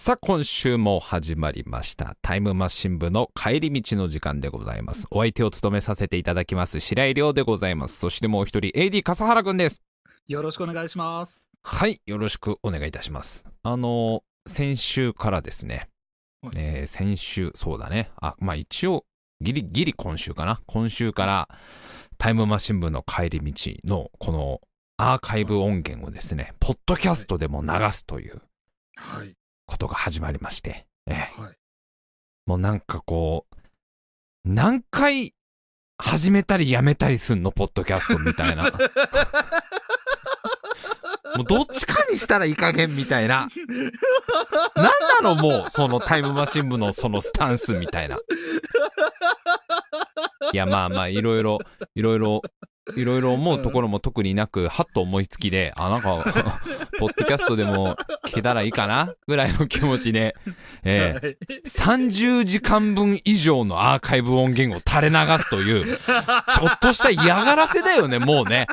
さあ今週も始まりましたタイムマシン部の帰り道の時間でございます。お相手を務めさせていただきます白井亮でございます。そしてもう一人 AD 笠原くんです。 よろしくお願いします。 はい、よろしくお願いいたします。先週からですね、先週そうだね、一応ギリ今週かな、今週からタイムマシン部の帰り道のこのアーカイブ音源をですね、ポッドキャストでも流すということが始まりまして、もうなんかこう何回始めたりやめたりすんのポッドキャストみたいなもうどっちかにしたらいい加減みたいななんなのもうそのタイムマシン部のそのスタンスみたいな。いやいろいろ思うところも特になく、はっと思いつきで、なんかポッドキャストでも聞けたらいいかなぐらいの気持ちで、30時間分以上のアーカイブ音源を垂れ流すというちょっとした嫌がらせだよね、もうね。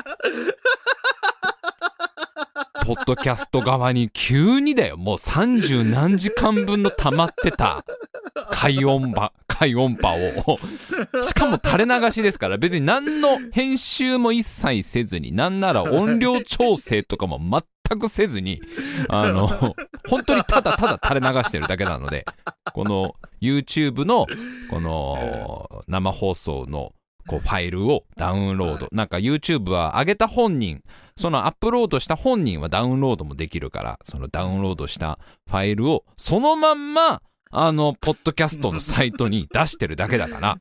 ポッドキャスト側に急にだよ、もう30何時間分の溜まってた快音波をしかも垂れ流しですから、別に何の編集も一切せずに、なんなら音量調整とかも全くせずに本当にただ垂れ流してるだけなので、この YouTube のこの生放送のこうファイルをダウンロード、なんか YouTube は上げた本人、そのアップロードした本人はダウンロードもできるから、そのダウンロードしたファイルをそのまんまポッドキャストのサイトに出してるだけだから、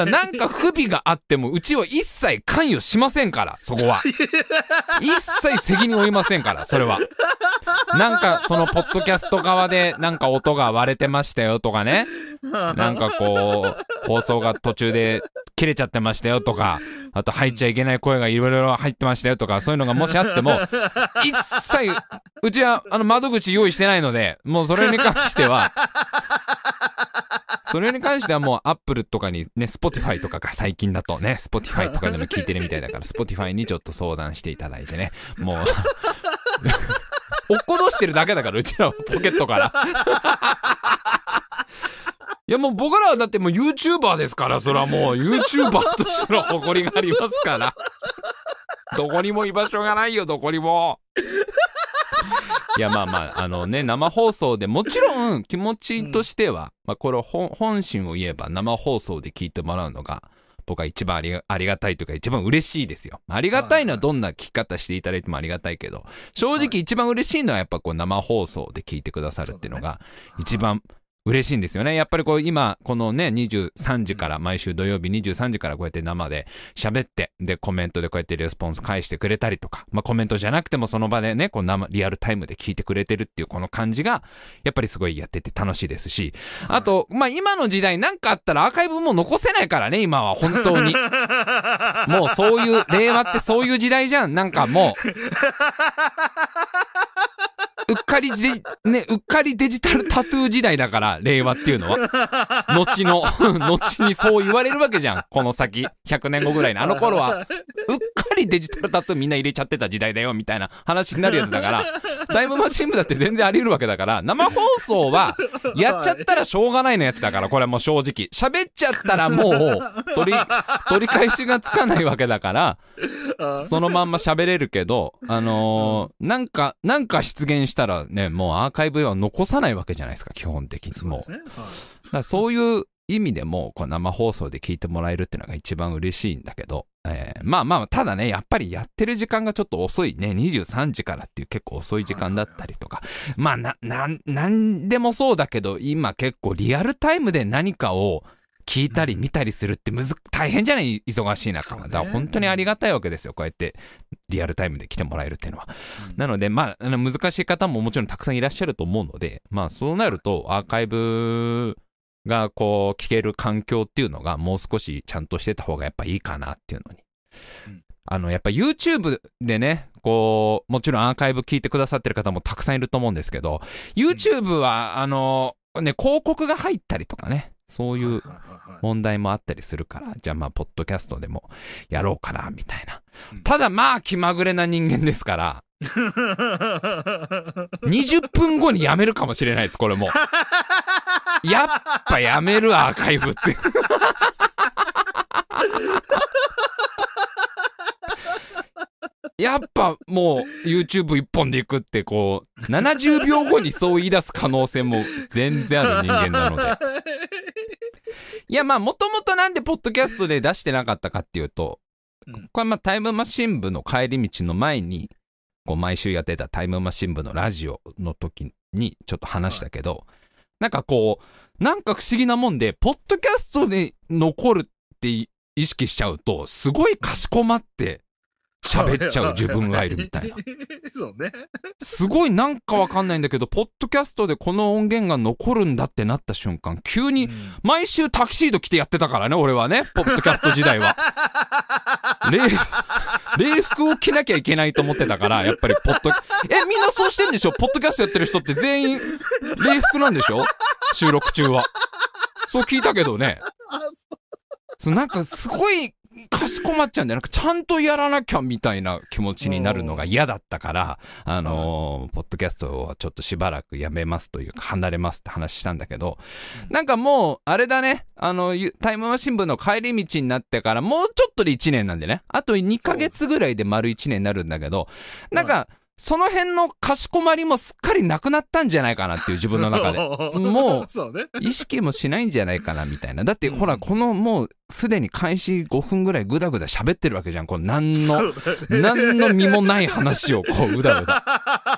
なんか不備があってもうちは一切関与しませんから、そこは一切責任を負いませんから、それはなんかそのポッドキャスト側でなんか音が割れてましたよとかね、なんかこう放送が途中で切れちゃってましたよとか、あと入っちゃいけない声がいろいろ入ってましたよとか、そういうのがもしあっても一切うちは窓口用意してないので、もうそれに関してはもうアップルとかにね、Spotify とかが最近だとね、Spotify とかでも聞いてるみたいだから、Spotify にちょっと相談していただいてね、もう落っことしてるだけだから、うちらはポケットからいやもう僕らはだってもう YouTuber ですから、それはもう YouTuber としての誇りがありますからどこにも居場所がないよ、どこにも。いや生放送でもちろん気持ちとしては、これ本心を言えば生放送で聞いてもらうのが僕は一番ありがたいというか、一番嬉しいですよ。ありがたいのはどんな聞き方していただいてもありがたいけど、正直一番嬉しいのはやっぱこう生放送で聞いてくださるっていうのが一番嬉しいんですよね。やっぱりこう今このね23時から毎週土曜日23時からこうやって生で喋って、でコメントでこうやってレスポンス返してくれたりとか、コメントじゃなくてもその場でねこうリアルタイムで聞いてくれてるっていうこの感じがやっぱりすごいやってて楽しいですし、あと今の時代なんかあったらアーカイブも残せないからね、今は本当にもうそういう令和ってそういう時代じゃん。なんかもううっかりデジタルタトゥー時代だから、令和っていうのは後にそう言われるわけじゃん。この先100年後ぐらいのあの頃はうっかりデジタルタトゥーみんな入れちゃってた時代だよみたいな話になるやつだから、タイムマシン部だって全然あり得るわけだから、生放送はやっちゃったらしょうがないのやつだから、これはもう正直喋っちゃったらもう取り返しがつかないわけだから、そのまんま喋れるけど、なんか出現したらね、もうアーカイブは残さないわけじゃないですか、基本的に。もうだからそういう意味でもこう生放送で聞いてもらえるっていうのが一番嬉しいんだけど、ただね、やっぱりやってる時間がちょっと遅いね、23時からっていう結構遅い時間だったりとか、なんでもそうだけど、今結構リアルタイムで何かを聞いたり見たりするって大変じゃない、忙しい中。だから本当にありがたいわけですよ、こうやってリアルタイムで来てもらえるっていうのは。なので難しい方ももちろんたくさんいらっしゃると思うので、そうなるとアーカイブがこう聞ける環境っていうのがもう少しちゃんとしてた方がやっぱいいかなっていうのに、やっぱ YouTube でね、こうもちろんアーカイブ聞いてくださってる方もたくさんいると思うんですけど、 YouTube は広告が入ったりとかね、そういう問題もあったりするから、じゃあポッドキャストでもやろうかなみたいな。ただ気まぐれな人間ですから、 20分後にやめるかもしれないです、これも。やっぱやめるアーカイブって。やっぱもう YouTube 一本でいくってこう、70秒後にそう言い出す可能性も全然ある人間なので。いやまあもともとなんでポッドキャストで出してなかったかっていうと、これまあタイムマシン部の帰り道の前に、こう毎週やってたタイムマシン部のラジオの時にちょっと話したけど、なんかこう、なんか不思議なもんで、ポッドキャストで残るって意識しちゃうと、すごいかしこまって、喋っちゃう自分がいるみたいな。 そうね。 すごいなんかわかんないんだけど、ポッドキャストでこの音源が残るんだってなった瞬間、急に毎週タキシード着てやってたからね、俺はね、ポッドキャスト時代は。礼服を着なきゃいけないと思ってたから、やっぱりみんなそうしてんでしょ？ポッドキャストやってる人って全員礼服なんでしょ？収録中は。そう聞いたけどね。なんかすごい、かしこまっちゃうんだよ。なんかちゃんとやらなきゃみたいな気持ちになるのが嫌だったから、ポッドキャストをちょっとしばらくやめますというか離れますって話したんだけど、なんかもう、あれだね、タイムマシン部の帰り道になってからもうちょっとで1年なんでね、あと2ヶ月ぐらいで丸1年になるんだけど、なんか、その辺のかしこまりもすっかりなくなったんじゃないかなっていう自分の中で。もう、意識もしないんじゃないかなみたいな。だって、ほら、このもう、すでに開始5分ぐらいぐだぐだ喋ってるわけじゃん。この何の身もない話をこう、ぐだぐだ。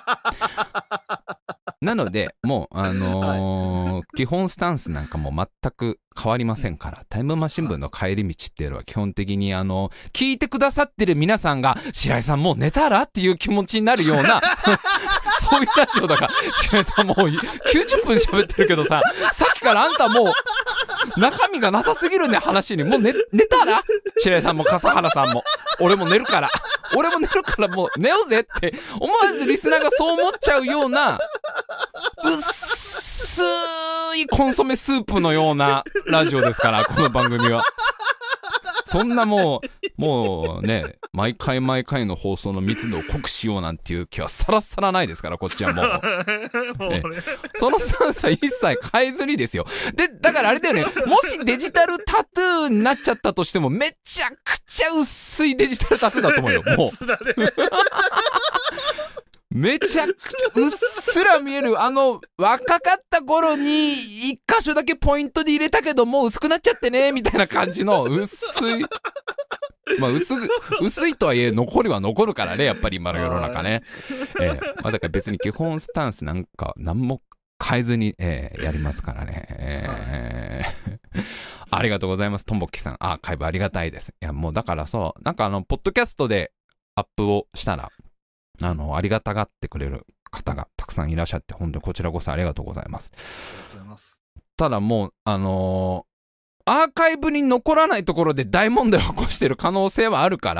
なので、もう、基本スタンスなんかも全く変わりませんから、タイムマシン部の帰り道っていうのは基本的に聞いてくださってる皆さんが、白井さんもう寝たらっていう気持ちになるような、そういうラジオだから、白井さんもう90分喋ってるけどさ、さっきからあんたもう、中身がなさすぎるね話に、もう寝たら白井さんも笠原さんも、俺も寝るからもう寝ようぜって思わずリスナーがそう思っちゃうような、薄いコンソメスープのようなラジオですから、この番組は。そんなもうね、毎回の放送の密度を濃くしようなんていう気はさらさらないですから、こっちはもう。そのスタンスは一切変えずにですよ。で、だからあれだよね、もしデジタルタトゥーになっちゃったとしても、めちゃくちゃ薄いデジタルタトゥーだと思うよ、もう。めちゃくちゃうっすら見える、若かった頃に一箇所だけポイントで入れたけどもう薄くなっちゃってね、みたいな感じの薄い。まあ薄いとはいえ残りは残るからね、やっぱり今の世の中ね。まあだから別に基本スタンスなんか何も変えずに、やりますからね。ありがとうございます、とんぼっきさん。アーカイブありがたいです。いやもうだからそう、なんかポッドキャストでアップをしたら、ありがたがってくれる方がたくさんいらっしゃって、本当にこちらこそありがとうございます。 ありがとうございます。ただもう、アーカイブに残らないところで大問題を起こしてる可能性はあるから、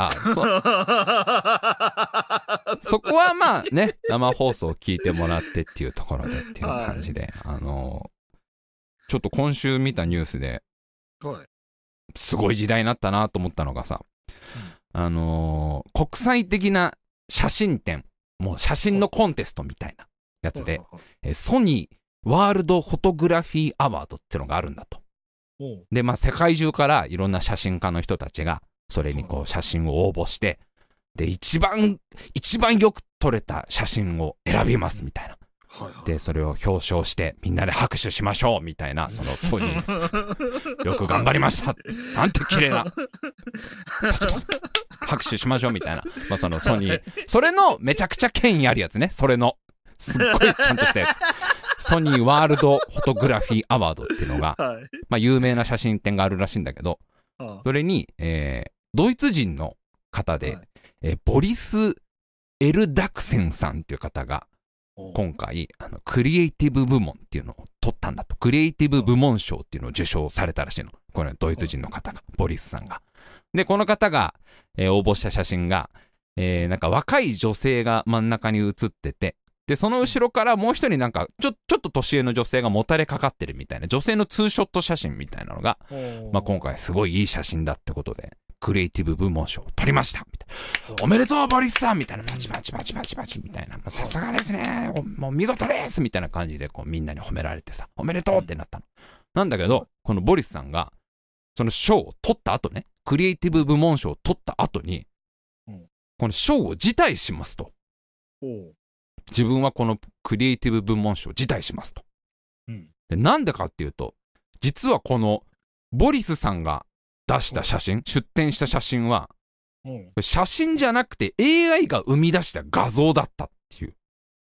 そこはまあね、生放送を聞いてもらってっていうところでっていう感じで、ちょっと今週見たニュースで、すごい時代になったなと思ったのがさ、国際的な写真展、もう写真のコンテストみたいなやつで、ソニーワールドフォトグラフィーアワードってのがあるんだと。で、まあ世界中からいろんな写真家の人たちがそれにこう写真を応募して、で、一番よく撮れた写真を選びますみたいな。で、それを表彰してみんなで拍手しましょうみたいな、そのソニーよく頑張りましたなんて綺麗なパチパチ拍手しましょうみたいな、まあそのソニーそれのめちゃくちゃ権威あるやつね、それのすっごいちゃんとしたやつソニーワールドフォトグラフィーアワードっていうのが、まあ有名な写真展があるらしいんだけど、それに、ドイツ人の方で、ボリス・エルダクセンさんっていう方が今回クリエイティブ部門っていうのを取ったんだと。クリエイティブ部門賞っていうのを受賞されたらしいの。これドイツ人の方が、ボリスさんが。で、この方が、応募した写真が、なんか若い女性が真ん中に写ってて、で、その後ろからもう一人なんかちょっと年上の女性がもたれかかってるみたいな、女性のツーショット写真みたいなのが、まあ今回すごいいい写真だってことで、クリエイティブ部門賞を取りましたみたいおめでとうボリスさんみたいな、パチパチパチパチパチみたいな、さすがですね、もう見事ですみたいな感じでこうみんなに褒められてさ、おめでとうってなったの。なんだけど、このボリスさんが、その賞を取った後ね、クリエイティブ部門賞を取った後に、この賞を辞退しますと。自分はこのクリエイティブ部門賞を辞退しますと。で、なんでかっていうと、実はこのボリスさんが出した写真、出展した写真は、写真じゃなくて AI が生み出した画像だったっていう。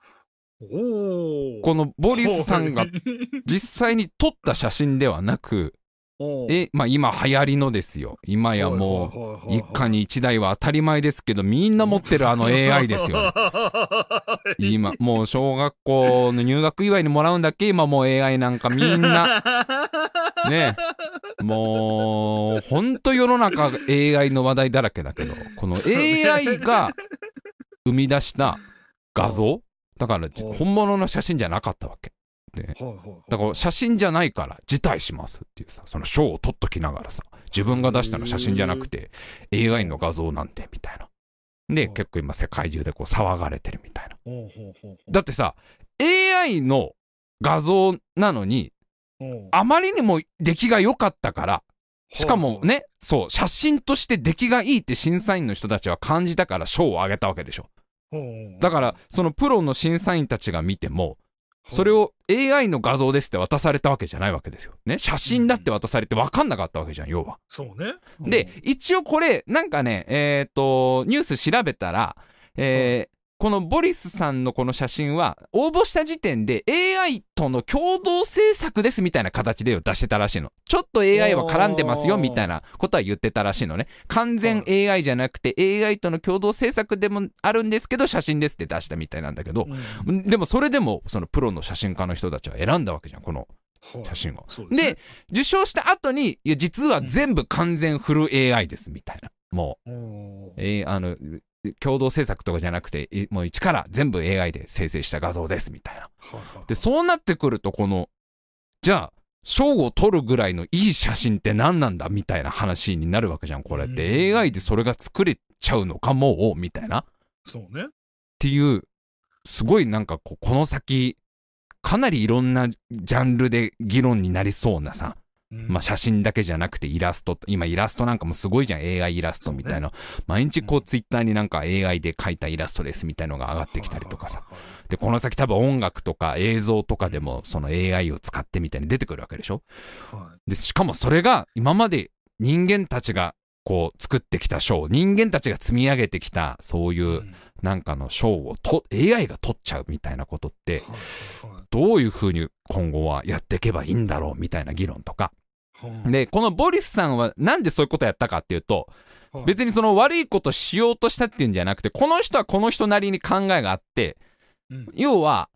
このボリスさんが実際に撮った写真ではなく、まあ今流行りのですよ。今やもう一家に一台は当たり前ですけど、みんな持ってるあの AI ですよね。今もう小学校の入学祝いにもらうんだっけ、今もう AI なんかみんなね、もうほんと世の中 AI の話題だらけだけど、この AI が生み出した画像だから本物の写真じゃなかったわけ。だから写真じゃないから辞退しますっていうさ、その賞を取っときながらさ、自分が出したの写真じゃなくて AI の画像なんてみたいな。で、結構今世界中でこう騒がれてるみたいな。だってさ、AI の画像なのに、あまりにも出来が良かったから、しかもね、そう、写真として出来がいいって審査員の人たちは感じたから賞をあげたわけでしょ。だから、そのプロの審査員たちが見ても、それを AI の画像ですって渡されたわけじゃないわけですよ。ね。写真だって渡されて分かんなかったわけじゃん、要は。 そうね。 で、一応これ、なんかね、ニュース調べたら、このボリスさんのこの写真は、応募した時点で AI との共同制作ですみたいな形で出してたらしいの。ちょっと AI は絡んでますよみたいなことは言ってたらしいのね。完全 AI じゃなくて AI との共同制作でもあるんですけど、写真ですって出したみたいなんだけど、でもそれでもそのプロの写真家の人たちは選んだわけじゃん、この写真を。で、受賞した後に、いや、実は全部完全フル AI ですみたいな。もう、共同制作とかじゃなくて、もう一から全部 AI で生成した画像ですみたいな。で、そうなってくると、この、じゃあ、賞を取るぐらいのいい写真って何なんだみたいな話になるわけじゃん、これって。AI でそれが作れちゃうのかも、みたいな。 そうね。 っていう、すごいなんかこの先、かなりいろんなジャンルで議論になりそうなさ、まあ写真だけじゃなくてイラスト、今イラストなんかもすごいじゃん、AI イラストみたいな、毎日こうツイッターになんか AI で描いたイラストですみたいのが上がってきたりとかさ、でこの先多分音楽とか映像とかでもその AI を使ってみたいに出てくるわけでしょ。でしかもそれが今まで人間たちがこう作ってきた賞、人間たちが積み上げてきたそういうなんかの賞をAI が取っちゃうみたいなことってどういう風に今後はやっていけばいいんだろうみたいな議論とかで、このボリスさんはなんでそういうことやったかっていうと、別にその悪いことしようとしたっていうんじゃなくて、この人はこの人なりに考えがあって、要は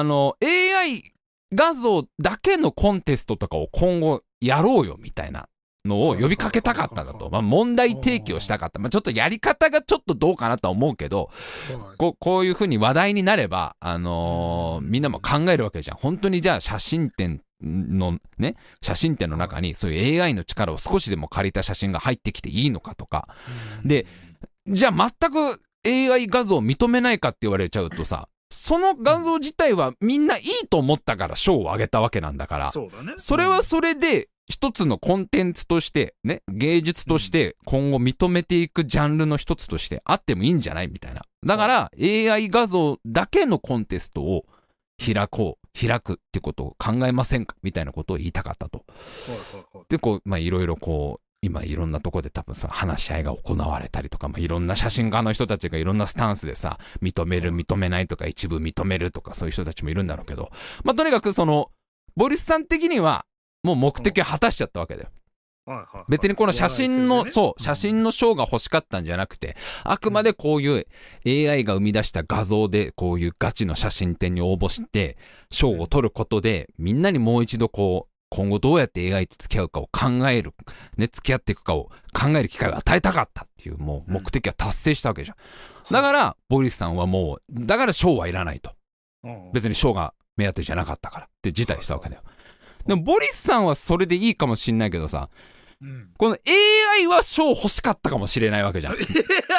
AI 画像だけのコンテストとかを今後やろうよみたいなのを呼びかけたかったんだと。まあ問題提起をしたかった。まあちょっとやり方がちょっとどうかなとは思うけど、こういう風に話題になれば、みんなも考えるわけじゃん。本当にじゃあ写真展の中にそういう AI の力を少しでも借りた写真が入ってきていいのかとか。で、じゃあ全く AI 画像を認めないかって言われちゃうとさ、その画像自体はみんないいと思ったから賞をあげたわけなんだから、それはそれで一つのコンテンツとしてね、芸術として今後認めていくジャンルの一つとしてあってもいいんじゃないみたいな。だから AI 画像だけのコンテストを開くってことを考えませんかみたいなことを言いたかったと。で、まあいろいろ今いろんなとこで多分その話し合いが行われたりとか、まあいろんな写真家の人たちがいろんなスタンスでさ、認める認めないとか一部認めるとかそういう人たちもいるんだろうけど、まあとにかくそのボリスさん的にはもう目的を果たしちゃったわけだよ。別にこの写真の賞が欲しかったんじゃなくて、あくまでこういう AI が生み出した画像でこういうガチの写真展に応募して賞を取ることで、みんなにもう一度今後どうやって AI と付き合うかを考える、ね、付き合っていくかを考える機会を与えたかったっていう、もう目的は達成したわけじゃん。だからボリスさんはもうだから賞はいらないと。別に賞が目当てじゃなかったからって辞退したわけだよ。でもボリスさんはそれでいいかもしんないけどさ、 うん。 この AI は賞欲しかったかもしれないわけじゃん。だって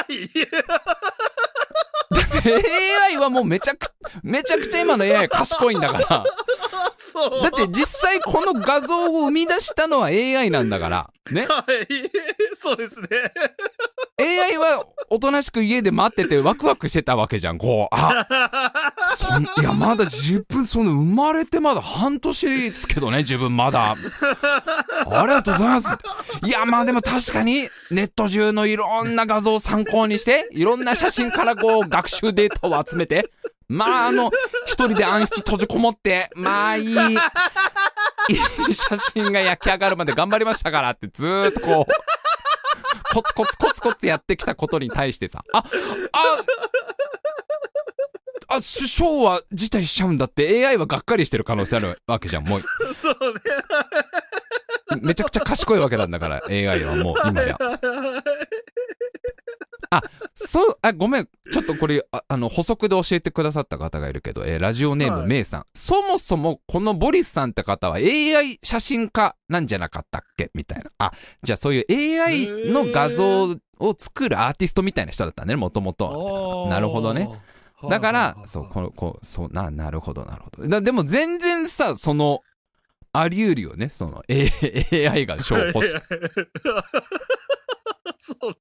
AI はもうめちゃくちゃ今の AI 賢いんだから。 そう。 だって実際この画像を生み出したのは AI なんだから。ね。 はい。そうですね。 AI はおとなしく家で待っててワクワクしてたわけじゃん。こう、いや、まだ自分、生まれてまだ半年ですけどね、自分まだ。ありがとうございます。いや、まあでも確かに、ネット中のいろんな画像を参考にして、いろんな写真からこう、学習データを集めて、まあ一人で暗室閉じこもって、まあいい写真が焼き上がるまで頑張りましたからってずーっとこう、コツコツやってきたことに対してさ、賞は辞退しちゃうんだって AI はがっかりしてる可能性あるわけじゃん、もう。 そうね。 めちゃくちゃ賢いわけなんだから、AI はもう今や。ごめん。ちょっとこれ、補足で教えてくださった方がいるけど、ラジオネーム、メイさん。そもそも、このボリスさんって方は AI 写真家なんじゃなかったっけみたいな。じゃあそういう AI の画像を作るアーティストみたいな人だったね、もともと。なるほどね。だから、なるほど。でも全然さ、あり得るよね、AI が賞欲しい。 そうね。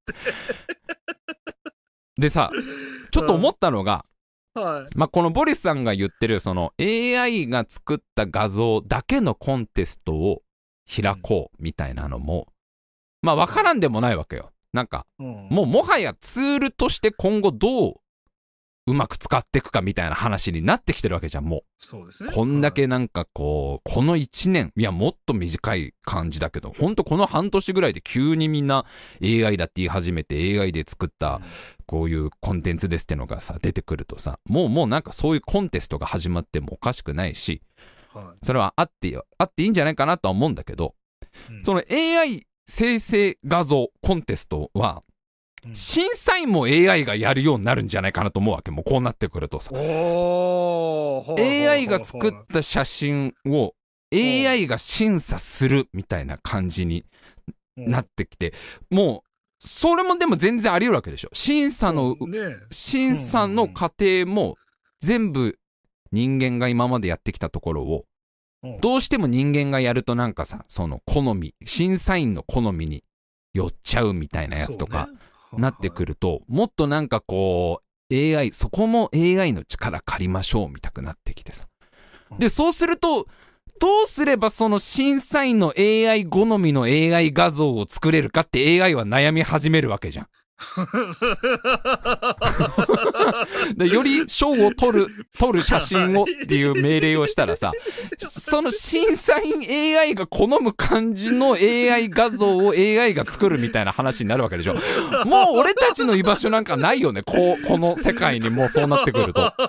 でさ、ちょっと思ったのが、 はい。 まあ、このボリスさんが言ってるAI が作った画像だけのコンテストを開こうみたいなのも、まあ分からんでもないわけよ。なんか、もはやツールとして今後どううまく使っていくかみたいな話になってきてるわけじゃん、もう。 そうですね。 こんだけなんかこの1年、いやもっと短い感じだけど、ほんとこの半年ぐらいで急にみんな AI だって言い始めて AI で作ったこういうコンテンツですってのがさ、出てくるとさ、もうなんかそういうコンテストが始まってもおかしくないし、それはあっていいんじゃないかなとは思うんだけど、その AI 生成画像コンテストは、審査員も AI がやるようになるんじゃないかなと思うわけ。もうこうなってくるとさ。AI が作った写真を AI が審査するみたいな感じになってきて、もう、それもでも全然あり得るわけでしょ。審査の過程も全部人間が今までやってきたところを、どうしても人間がやるとなんかさ、好み、審査員の好みに寄っちゃうみたいなやつとか、なってくると、もっとなんかこう AI、そこも AI の力借りましょうみたくなってきてさ。で、そうすると、どうすれば審査員の AI 好みの AI 画像を作れるかって AI は悩み始めるわけじゃん。でより賞を取る写真をっていう命令をしたらさ、審査員 AI が好む感じの AI 画像を AI が作るみたいな話になるわけでしょ。もう俺たちの居場所なんかないよね。この世界にもうそうなってくると。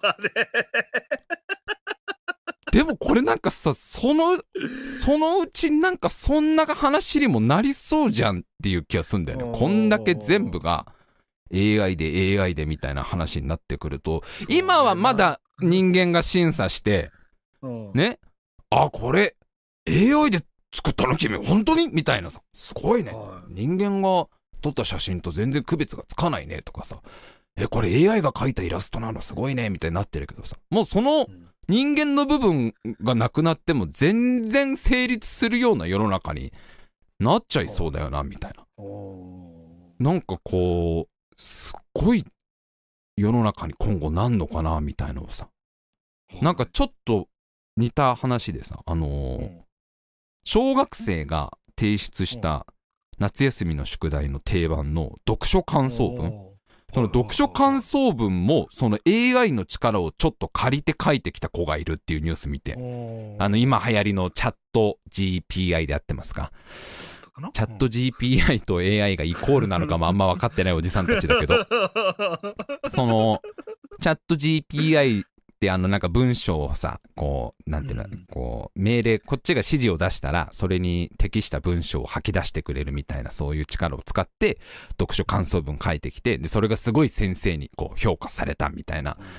でもこれなんかさ、そのうちなんかそんな話にもなりそうじゃんっていう気がするんだよね。こんだけ全部が AI でみたいな話になってくると、今はまだ人間が審査して、ね、これ AI で作ったの君本当にみたいなさ、すごいね。人間が撮った写真と全然区別がつかないねとかさ、これ AI が描いたイラストなのすごいねみたいになってるけどさ、もう人間の部分がなくなっても全然成立するような世の中になっちゃいそうだよなみたいな。なんかこうすっごい世の中に今後なんのかなみたいなのをさ、なんかちょっと似た話でさ、小学生が提出した夏休みの宿題の定番の読書感想文、その読書感想文もAI の力をちょっと借りて書いてきた子がいるっていうニュース見て、今流行りのチャット GPI であってますか。チャット GPI と AI がイコールなのかもあんま分かってないおじさんたちだけど、チャット GPI ってなんか文章をさ、こうなんていうの、こう命令、こっちが指示を出したらそれに適した文章を吐き出してくれるみたいな、そういう力を使って読書感想文書いてきて、でそれがすごい先生にこう評価されたみたいな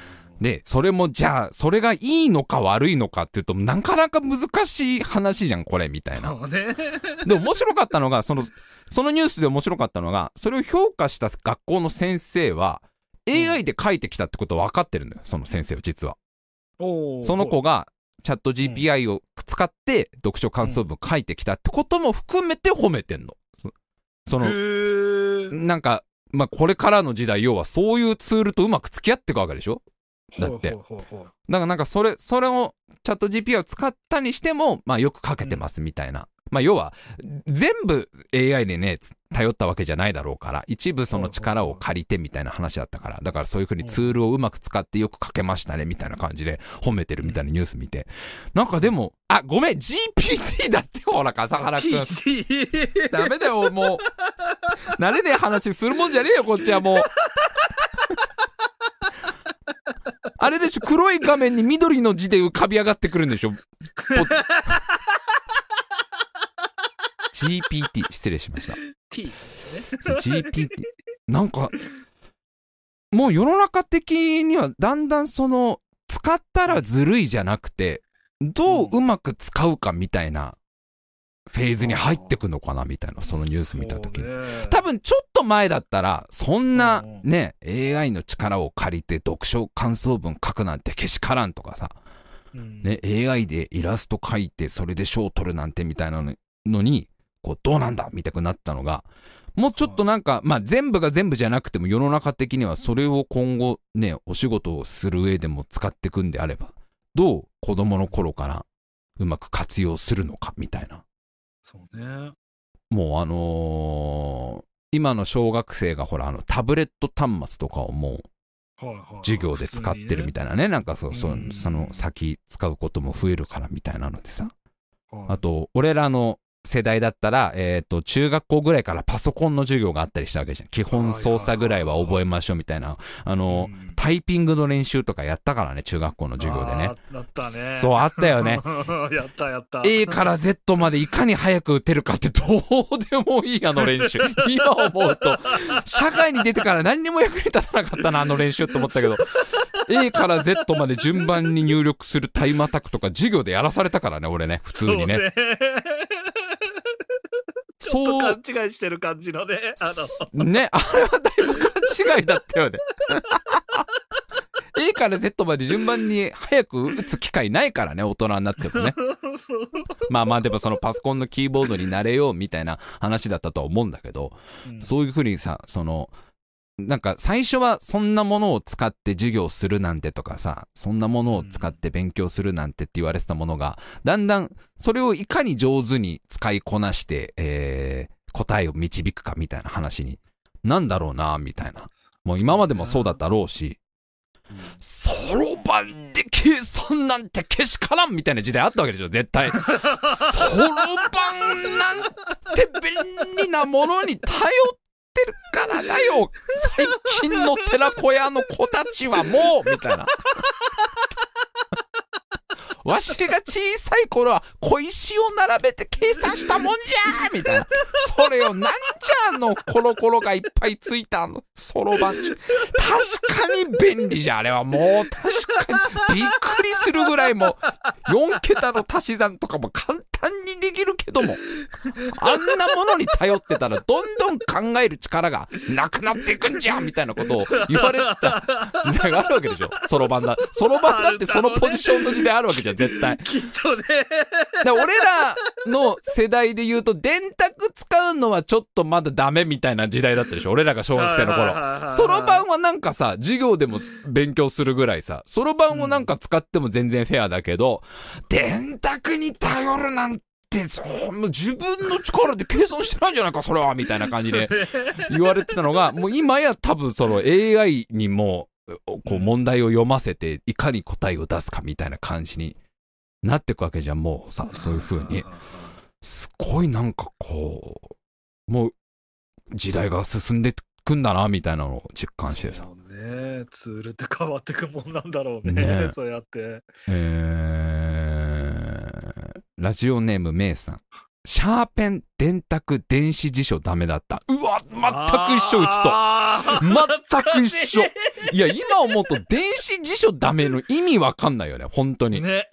で、それもじゃあ、それがいいのか悪いのかっていうと、なかなか難しい話じゃん、これ、みたいな。 そうね。 で、面白かったのが、そのニュースで面白かったのが、それを評価した学校の先生は、AI で書いてきたってことは分かってるんだよ、その先生は、実は。その子が、チャット GPI を使って読書感想文書いてきたってことも含めて褒めてんの。その、なんか、まあ、これからの時代、要はそういうツールとうまく付き合っていくわけでしょ？だって。だからなんかそれをチャット GPI を使ったにしても、まあよく書けてますみたいな。まあ要は、全部 AI でね、頼ったわけじゃないだろうから、一部その力を借りてみたいな話だったから、だからそういう風にツールをうまく使ってよく書けましたねみたいな感じで褒めてるみたいなニュース見て。なんかでも、あ、ごめん、GPT だってほら、笠原くん。ダメだよ、もう。慣れねえ話するもんじゃねえよ、こっちはもう。あれでしょ、黒い画面に緑の字で浮かび上がってくるんでしょ。GPT、失礼しました。 T ね。 GPT。なんか、もう世の中的にはだんだんその、使ったらずるいじゃなくて、どううまく使うかみたいなフェーズに入ってくのかなみたいな、そのニュース見たときに。多分ちょっと前だったら、そんなね、AI の力を借りて読書感想文書くなんてけしからんとかさ、ね、AI でイラスト描いてそれで賞を取るなんてみたいなのに、こうどうなんだみたくなったのが、もうちょっとなんか、まあ全部が全部じゃなくても世の中的にはそれを今後ね、お仕事をする上でも使っていくんであれば、どう子供の頃からうまく活用するのかみたいな。 そうね。 もう今の小学生がほらタブレット端末とかをもう授業で使ってるみたいなね、なんかその先使うことも増えるからみたいなのでさ。あと俺らの世代だったら、中学校ぐらいからパソコンの授業があったりしたわけじゃん。基本操作ぐらいは覚えましょうみたいな。タイピングの練習とかやったからね、中学校の授業でね。 あったね。 そう、あったよね。 やった。 A から Z までいかに早く打てるかってどうでもいいあの練習。今思うと、社会に出てから何にも役に立たなかったな、あの練習って思ったけど。A から Z まで順番に入力するタイムアタックとか授業でやらされたからね、俺ね、普通にね。 ちょっと勘違いしてる感じのね。 ね、あれはだいぶ勘違いだったよね。A から Z まで順番に早く打つ機会ないからね、大人になってもね。まあでもそのパソコンのキーボードになれようみたいな話だったとは思うんだけど、そういうふうにさ、なんか最初はそんなものを使って授業するなんてとかさ、そんなものを使って勉強するなんてって言われてたものが、だんだんそれをいかに上手に使いこなして、答えを導くかみたいな話になんだろうなみたいな。もう今までもそうだったろうし、そろばんで計算なんてけしからんみたいな時代あったわけでしょ、絶対。そろばんなんて便利なものに頼ってるからだよ、最近の寺子屋の子たちはもうみたいな。わしが小さい頃は小石を並べて計算したもんじゃーみたいな。それをなんじゃのコロコロがいっぱいついたそろばん。確かに便利じゃ、あれはもう確かにびっくりするぐらいも4桁の足し算とかも簡単にできるけども、あんなものに頼ってたらどんどん考える力がなくなっていくんじゃみたいなことを言われた時代があるわけでしょ。そろばんだってそのポジションの時代あるわけじゃん、絶対。 きっとね。 だ俺らの世代で言うと電卓使うのはちょっとまだダメみたいな時代だったでしょ、俺らが小学生の頃。そろばんはなんかさ、授業でも勉強するぐらいさ、そろばんをなんか使っても全然フェアだけど、電卓に頼るなんてもう自分の力で計算してないんじゃないかそれはみたいな感じで言われてたのが、もう今や多分その AI にもこう問題を読ませていかに答えを出すかみたいな感じになってくわけじゃん、もうさ、そういう風にすごいなんかこうもう時代が進んでくんだなみたいなのを実感してさ。 そうね、ツールって変わってくもんなんだろうね、そうやって。 ラジオネームメイさん。 シャーペン、電卓、電子辞書ダメだった。うわ、全く一緒、うちと。全く一緒。いや、今思うと電子辞書ダメの意味わかんないよね、本当に。 ね。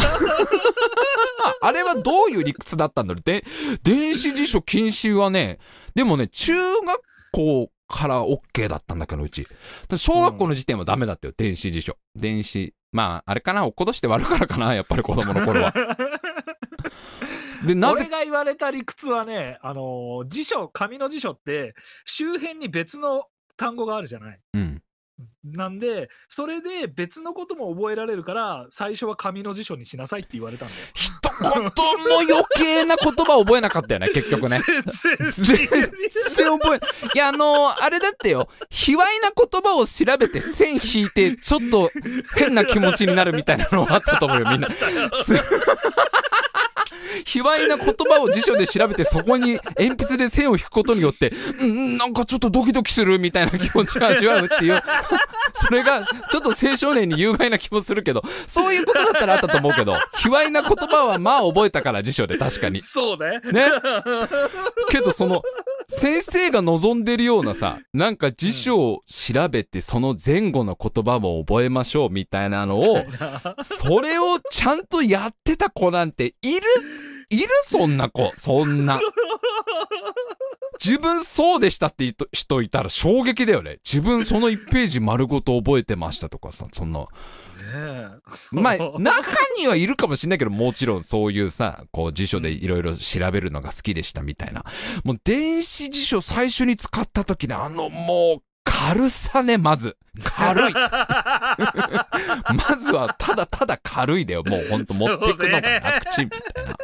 あれはどういう理屈だったんだろう。電子辞書禁止はね、でもね、中学校から OK だったんだけど、うち。小学校の時点はダメだったよ、電子辞書。電子。まあ、あれかな、落っことして割るからかな、やっぱり子供の頃は。で、 俺が言われた理屈はね、辞書、紙の辞書って、周辺に別の単語があるじゃない。 うん。 なんで、それで別のことも覚えられるから、最初は紙の辞書にしなさいって言われたんだよ。 一言も余計な言葉覚えなかったよね、結局ね。全然覚えない。いや、あれだってよ、卑猥な言葉を調べて線引いて、ちょっと変な気持ちになるみたいなのがあったと思うよ、みんな。卑猥な言葉を辞書で調べてそこに鉛筆で線を引くことによって、なんかちょっとドキドキするみたいな気持ちを味わうっていう、それがちょっと青少年に有害な気もするけど、そういうことだったらあったと思うけど、卑猥な言葉はまあ覚えたから辞書で確かに。 そうね。 ね。けど先生が望んでるようなさ、なんか辞書を調べてその前後の言葉も覚えましょうみたいなのを、それをちゃんとやってた子なんているそんな子。そんな。自分そうでしたって人いたら衝撃だよね。自分その1ページ丸ごと覚えてましたとかさ、そんな。まあ、中にはいるかもしれないけど、もちろんそういうさ、こう辞書でいろいろ調べるのが好きでしたみたいな。もう電子辞書最初に使った時ね、もう軽さね、まず。軽い。まずはただただ軽いだよ。もうほんと持ってくのが楽ちんみたいな。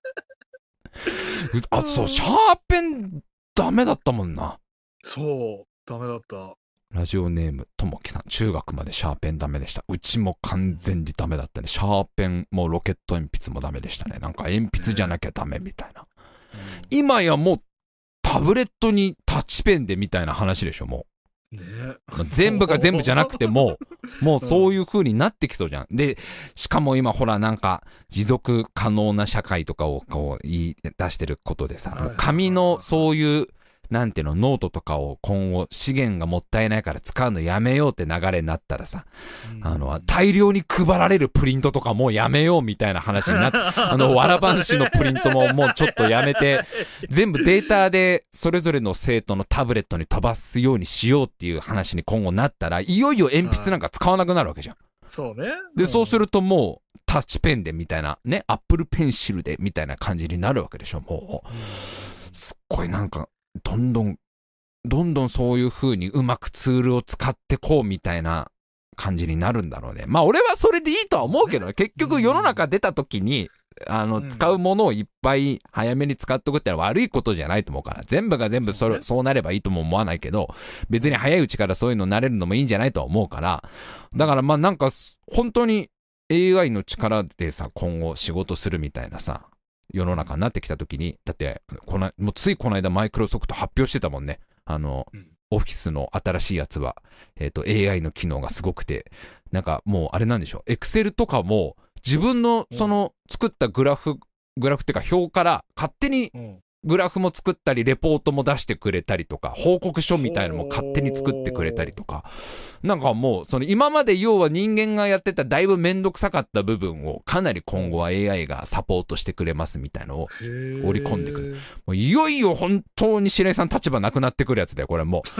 あ、そう、シャーペンダメだったもんな。 そう、ダメだった。 ラジオネームともきさん、中学までシャーペンダメでした。うちも完全にダメだったね。シャーペンもロケット鉛筆もダメでしたね。なんか鉛筆じゃなきゃダメみたいな。今やもうタブレットにタッチペンでみたいな話でしょ、もう。 ね、 全部が全部じゃなくてもうそういう風になってきそうじゃん。で、しかも今ほらなんか持続可能な社会とかをこう言い出してることでさ、紙のそういうなんていうの、ノートとかを今後資源がもったいないから使うのやめようって流れになったらさ、大量に配られるプリントとかもうやめようみたいな話になって、わらばんしのプリントももうちょっとやめて、全部データでそれぞれの生徒のタブレットに飛ばすようにしようっていう話に今後なったら、いよいよ鉛筆なんか使わなくなるわけじゃん。 そうね。 で、そうするともうタッチペンでみたいな、ね、アップルペンシルでみたいな感じになるわけでしょ、もう。すっごいなんか、どんどんそういう風にうまくツールを使ってこうみたいな感じになるんだろうね。まあ俺はそれでいいとは思うけどね。結局世の中出た時に、使うものをいっぱい早めに使っとくってのは悪いことじゃないと思うから。全部が全部そうなればいいとも思わないけど、別に早いうちからそういうの慣れるのもいいんじゃないとは思うから。だからまあなんか、本当に AI の力でさ、今後仕事するみたいなさ、世の中になってきたときに、だって、もうついこの間マイクロソフト発表してたもんね。オフィスの新しいやつは、AI の機能がすごくて、なんかもうあれなんでしょう。Excel とかも自分のその作ったグラフっていうか表から勝手にグラフも作ったり、レポートも出してくれたりとか、報告書みたいなのも勝手に作ってくれたりとか、なんかもう、今まで要は人間がやってただいぶめんどくさかった部分をかなり今後は AI がサポートしてくれますみたいなのを織り込んでくる。もういよいよ本当に白井さん立場なくなってくるやつだよ、これもう。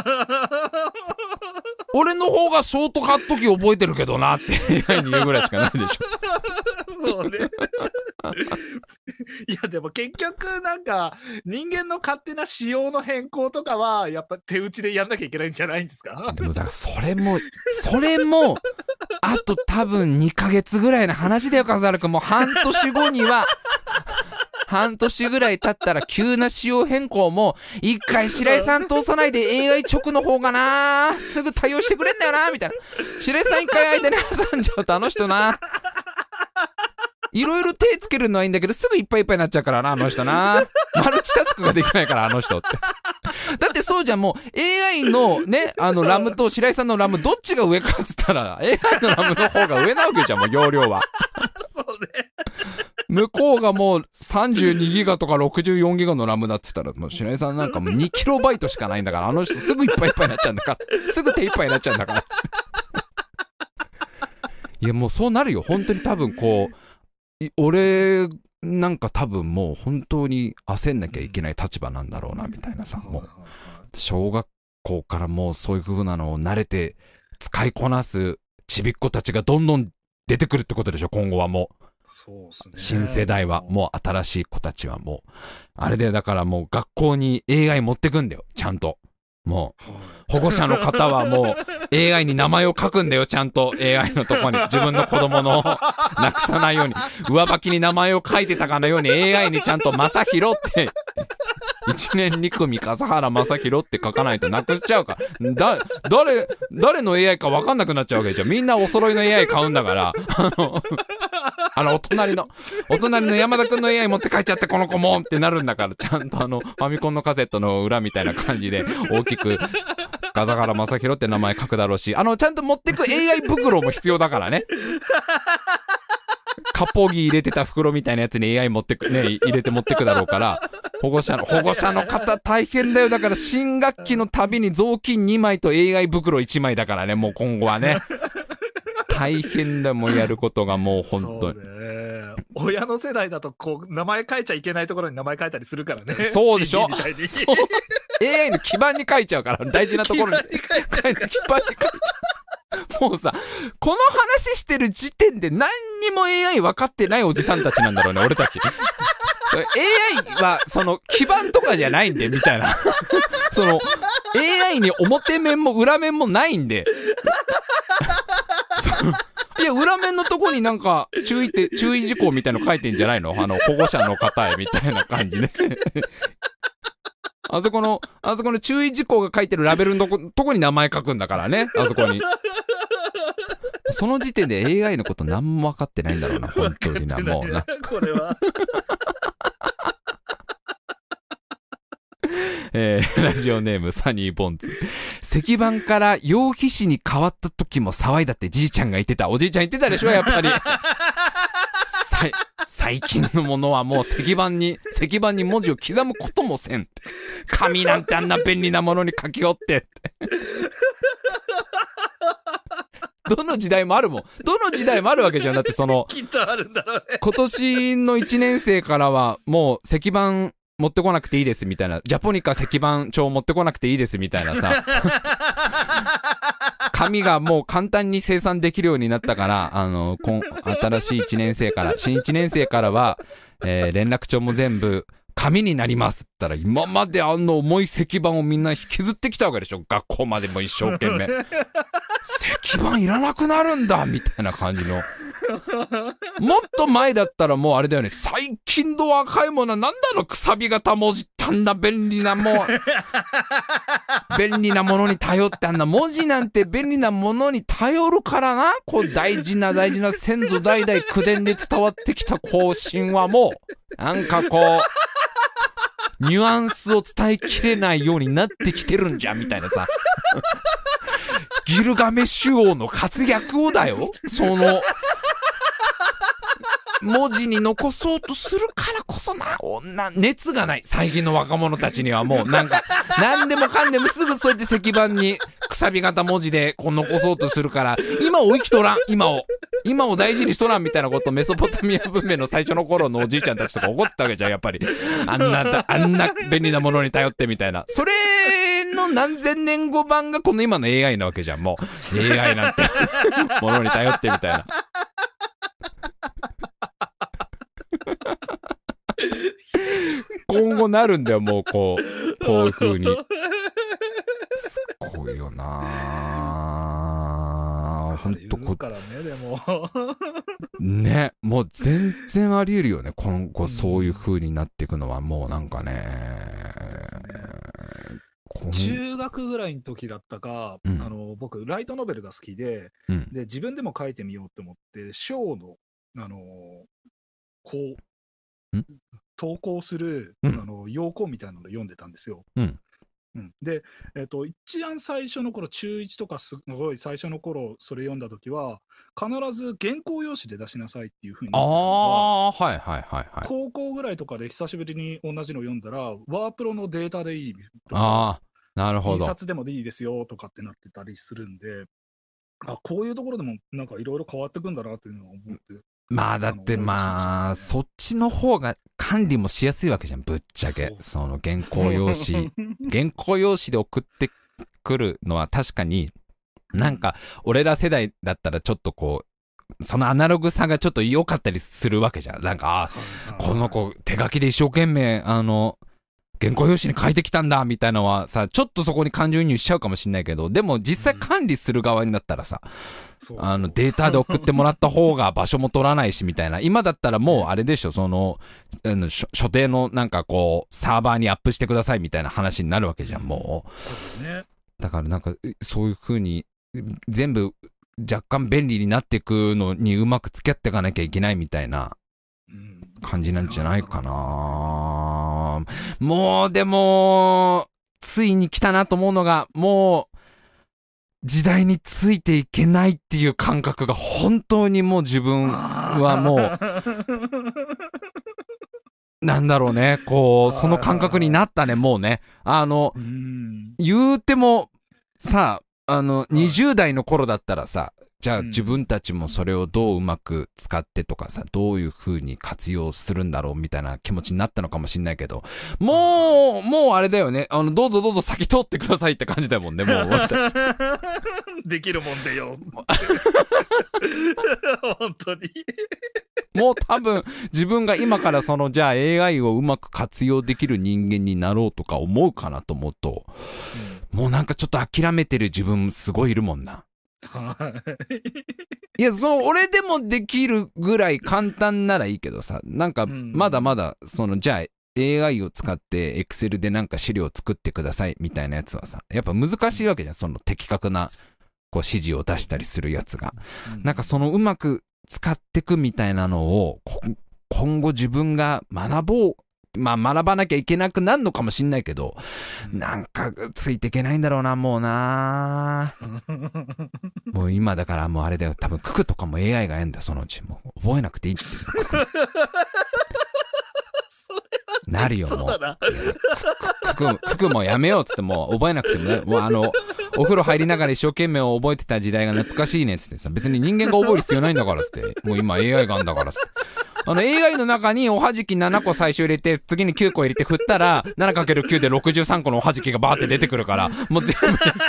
俺の方がショートカットキー覚えてるけどなって AI に言うぐらいしかないでしょ。 そうね。いやでも結局なんか人間の勝手な仕様の変更とかはやっぱ手打ちでやんなきゃいけないんじゃないんですか。 でもだからそれもあと多分2ヶ月ぐらいの話だよ、笠原くん。もう半年後には半年ぐらい経ったら急な仕様変更も一回白井さん通さないで AI 直の方がなすぐ対応してくれんだよなみたいな。白井さん一回間に挟んじゃうとあの人ないろいろ手つけるのはいいんだけどすぐいっぱいいっぱいになっちゃうからな、あの人な。マルチタスクができないからあの人って。だってそうじゃん、もう AI のね、ラムと白井さんのラムどっちが上かっつったら AI のラムの方が上なわけじゃん、もう容量は。 そうね。 向こうがもう32ギガとか64ギガのラムだって言ったら、もう白井さんなんかもう2キロバイトしかないんだから、あの人すぐいっぱいいっぱいになっちゃうんだから、すぐ手いっぱいになっちゃうんだからつって。いやもうそうなるよ。本当に多分こう、俺なんか多分もう本当に焦んなきゃいけない立場なんだろうなみたいなさ、もう小学校からもうそういう風なのを慣れて使いこなすちびっ子たちがどんどん出てくるってことでしょ、今後はもう。 そうっすね。 新世代は、もう新しい子たちはもう、あれでだからもう学校に AI 持ってくんだよ、ちゃんと。もう、保護者の方はもう AI に名前を書くんだよ、ちゃんと AI のとこに。自分の子供のなくさないように。上履きに名前を書いてたかのように AI にちゃんと正宏って、1年2組笠原正宏って書かないとなくしちゃうから。誰の AI か分かんなくなっちゃうわけじゃん。みんなお揃いの AI 買うんだから。お隣の山田くんの AI 持って帰っちゃってこの子もってなるんだから、ちゃんとファミコンのカセットの裏みたいな感じで大きく笠原正宏って名前書くだろうし、ちゃんと持ってく AI 袋も必要だからね。カポギ入れてた袋みたいなやつに AI 持ってくね、入れて持ってくだろうから、保護者の方大変だよ。だから新学期のたびに雑巾2枚と AI 袋1枚だからね、もう今後はね。大変だもん、やることがもう本当に。 そうね。親の世代だとこう名前書いちゃいけないところに名前書いたりするからね。 そうでしょ。 そう AI の基板に書いちゃうから、大事なところに。基板に書いちゃう。もうさ、この話してる時点で何にも AI 分かってないおじさんたちなんだろうね、俺たち。AI は、基板とかじゃないんで、みたいな。AI に表面も裏面もないんで。いや、裏面のとこになんか、注意事項みたいの書いてんじゃないの？保護者の方へ、みたいな感じね。あそこの注意事項が書いてるラベルのとこに名前書くんだからね、あそこに。その時点で AI のこと何も分かってないんだろうな、本当にな、もうな。 これは。 ラジオネームサニーボンズ。石板から羊皮紙に変わった時も騒いだってじいちゃんが言ってた。おじいちゃん言ってたでしょ、やっぱり。最近のものはもう石板に文字を刻むこともせんって。紙なんてあんな便利なものに書きおってって。どの時代もあるもん。どの時代もあるわけじゃん。だってきっとあるんだろうね。 今年の1年生からはもう石板持ってこなくていいですみたいな、ジャポニカ石板帳持ってこなくていいですみたいなさ、紙がもう簡単に生産できるようになったから、新しい1年生から、新1年生からは、連絡帳も全部紙になりますって言ったら、今まで重い石板をみんな引きずってきたわけでしょ。学校までも一生懸命。石板いらなくなるんだみたいな感じの。もっと前だったらもうあれだよね。最近の若いものはなんだろう、くさび型文字ってあんな便利なものに頼ってあんな文字なんて便利なものに頼るからな。こう大事な先祖代々口伝で伝わってきた更新はもう、なんかこう、ニュアンスを伝えきれないようになってきてるんじゃんみたいなさ。ギルガメッシュ王の活躍をだよ。文字に残そうとするからこそな、こんな熱がない。最近の若者たちにはもうなんか、何でもかんでもすぐそうやって石板にくさび型文字でこう残そうとするから、今を生きとらん、今を大事にしとらんみたいなことをメソポタミア文明の最初の頃のおじいちゃんたちとか怒ったわけじゃん、やっぱり。あんな便利なものに頼ってみたいな。それの何千年後版がこの今の AI なわけじゃん、もう。AI なんてものに頼ってみたいな。今後なるんだよ、もうこういう風に。すごいよなぁ。ほんとからね、でも。 ね、もう全然あり得るよね。今後そういう風になっていくのはもうなんかね。 中学ぐらいの時だったか、僕、ライトノベルが好きで、で、自分でも書いてみようと思って、章の、投稿する、要項みたいなのを読んでたんですよ。 で、一番最初の頃、中1とかすごい最初の頃、それ読んだ時は、必ず原稿用紙で出しなさいっていうふうに言ってたのが、 はいはいはいはい。 高校ぐらいとかで久しぶりに同じの読んだら、ワープロのデータでいいとか、 ああ、なるほ印ど。 刷でもいいですよとかってなってたりするんで、こういうところでもなんかいろいろ変わってくんだなっていうのは思って。 まあだってまあ、そっちの方が管理もしやすいわけじゃん、ぶっちゃけ。その原稿用紙で送ってくるのは確かに、なんか俺ら世代だったらちょっとこう、そのアナログさがちょっと良かったりするわけじゃん。なんか、この子手書きで一生懸命原稿用紙に書いてきたんだみたいなのはさ、ちょっとそこに感情移入しちゃうかもしんないけど、でも実際管理する側になったらさ、データで送ってもらった方が場所も取らないしみたいな。今だったらもうあれでしょ、その、所定のなんかこう、サーバーにアップしてくださいみたいな話になるわけじゃん、もう。だからなんか、そういう風に、全部若干便利になっていくのにうまく付き合っていかなきゃいけないみたいな感じなんじゃないかな。もうでも、ついに来たなと思うのが、もう、時代についていけないっていう感覚が本当にもう自分はもう、なんだろうね、こう、その感覚になったね、もうね。言うても、さ、20代の頃だったらさ、じゃあ自分たちもそれをどううまく使ってとかさ、どういう風に活用するんだろうみたいな気持ちになったのかもしんないけど、もうあれだよね、どうぞどうぞ先通ってくださいって感じだもんね、もう。 できるもんでよ。本当に。 もう多分自分が今からそのじゃあ AI をうまく活用できる人間になろうとか思うかなと思うと、もうなんかちょっと諦めてる自分すごいいるもんな。いや、俺でもできるぐらい簡単ならいいけどさ、なんかまだまだじゃあ AI を使って Excel でなんか資料を作ってくださいみたいなやつはさ、やっぱ難しいわけじゃん、その的確なこう指示を出したりするやつが。なんかそのうまく使ってくみたいなのを今後自分が学ばなきゃいけなくなるのかもしんないけど、なんかついていけないんだろうな、もうな。もう今だからもうあれだよ、多分ククとかも AI がやんだよ、そのうち。もう覚えなくていいってなるよ、もう。ククもやめようっつって、もう覚えなくてもね、もうお風呂入りながら一生懸命覚えてた時代が懐かしいねっつってさ、別に人間が覚える必要ないんだからっつって、もう今 AI があんだからっつって。AI の中におはじき7個最初入れて、次に9個入れて振ったら、7×9 で63個のおはじきがバーって出てくるから、もう全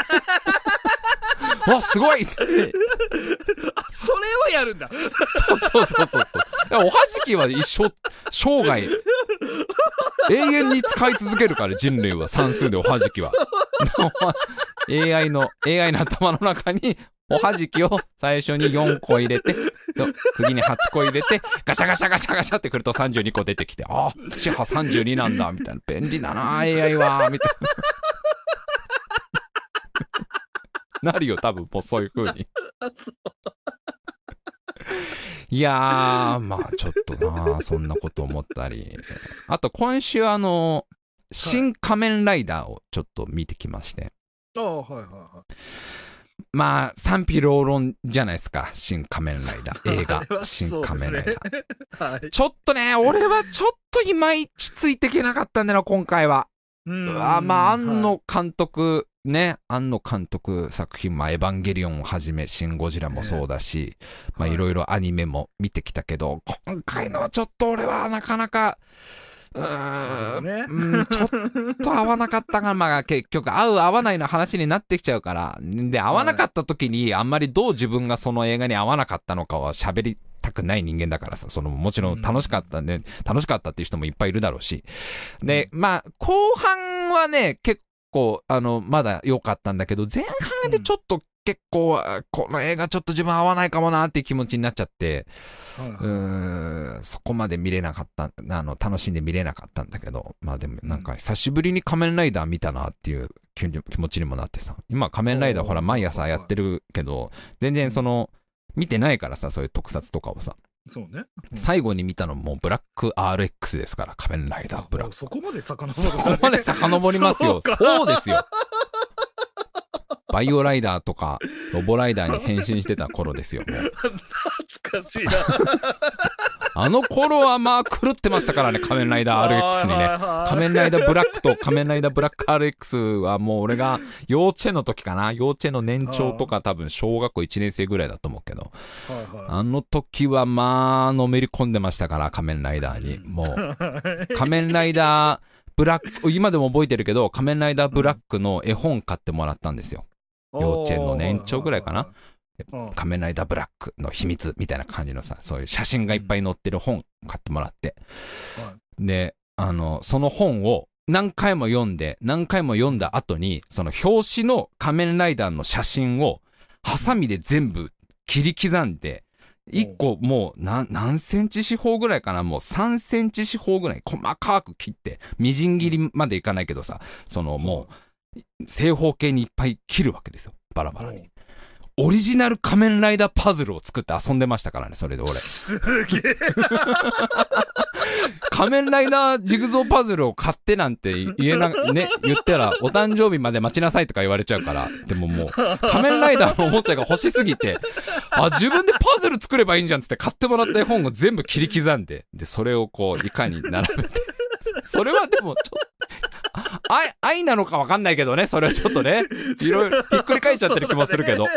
部。わ、すごいっつって。 それをやるんだ。 そう。おはじきは生涯、永遠に使い続けるから、人類は算数でおはじきは。AI の頭の中に、おはじきを最初に4個入れて、次に8個入れて、ガシャガシャガシャガシャってくると32個出てきて、あ、四波32なんだ、みたいな。便利だな、AI は、みたいな。なるよ、多分、もうそういう風に。いやー、まあちょっとな、そんなこと思ったり。あと、今週新仮面ライダーをちょっと見てきまして。まあ、賛否両論じゃないですか。新仮面ライダー。映画。新仮面ライダー。はい、ちょっとね、俺はちょっといまいちついていけなかったんだよな、今回は。まあ、庵野監督、ね、庵野監督作品、エヴァンゲリオンをはじめ、シン・ゴジラもそうだし、まあ、いろいろアニメも見てきたけど、今回のはちょっと俺はなかなか、ちょっと合わなかったが、まあ結局合う合わないの話になってきちゃうから、で、合わなかった時にあんまりどう自分がその映画に合わなかったのかは喋りたくない人間だからさ、もちろん楽しかったね、楽しかったっていう人もいっぱいいるだろうし。で、まあ、後半はね、結構、まだ良かったんだけど、前半でちょっと結構、この映画ちょっと自分合わないかもなっていう気持ちになっちゃって、そこまで見れなかった、楽しんで見れなかったんだけど、まあでもなんか久しぶりに仮面ライダー見たなっていう気持ちにもなってさ、今仮面ライダーほら毎朝やってるけど、全然見てないからさ、そういう特撮とかをさ、 そうね。 最後に見たのもブラック RX ですから、仮面ライダーブラック。 そこまで遡る、 そこまで遡りますよ。そうですよ。バイオライダーとかロボライダーに変身してた頃ですよ。もう懐かしいな。 あの頃はまあ狂ってましたからね、仮面ライダー RX にね。仮面ライダーブラックと仮面ライダーブラック RX はもう俺が幼稚園の時かな、幼稚園の年長とか多分小学校1年生ぐらいだと思うけど、あの時はまあのめり込んでましたから、仮面ライダーに。もう仮面ライダーブラック、今でも覚えてるけど、仮面ライダーブラックの絵本買ってもらったんですよ。幼稚園の年長ぐらいかな。仮面ライダーブラックの秘密みたいな感じのさ、そういう写真がいっぱい載ってる本買ってもらって。で、その本を何回も読んだ後に、その表紙の仮面ライダーの写真をハサミで全部切り刻んで、1個もう何センチ四方ぐらいかな、もう3センチ四方ぐらい細かく切って、みじん切りまでいかないけどさ、そのもう正方形にいっぱい切るわけですよ、バラバラに。オリジナル仮面ライダーパズルを作って遊んでましたからね、それで俺。 すげえ。 仮面ライダージグゾーパズルを買ってなんて言ったらお誕生日まで待ちなさいとか言われちゃうから。でももう、仮面ライダーのおもちゃが欲しすぎて、自分でパズル作ればいいんじゃんつって買ってもらった絵本を全部切り刻んで、で、それをこう、いかに並べて。それはでもちょっと、愛なのかわかんないけどね、それはちょっとね、いろいろひっくり返っちゃってる気もするけど。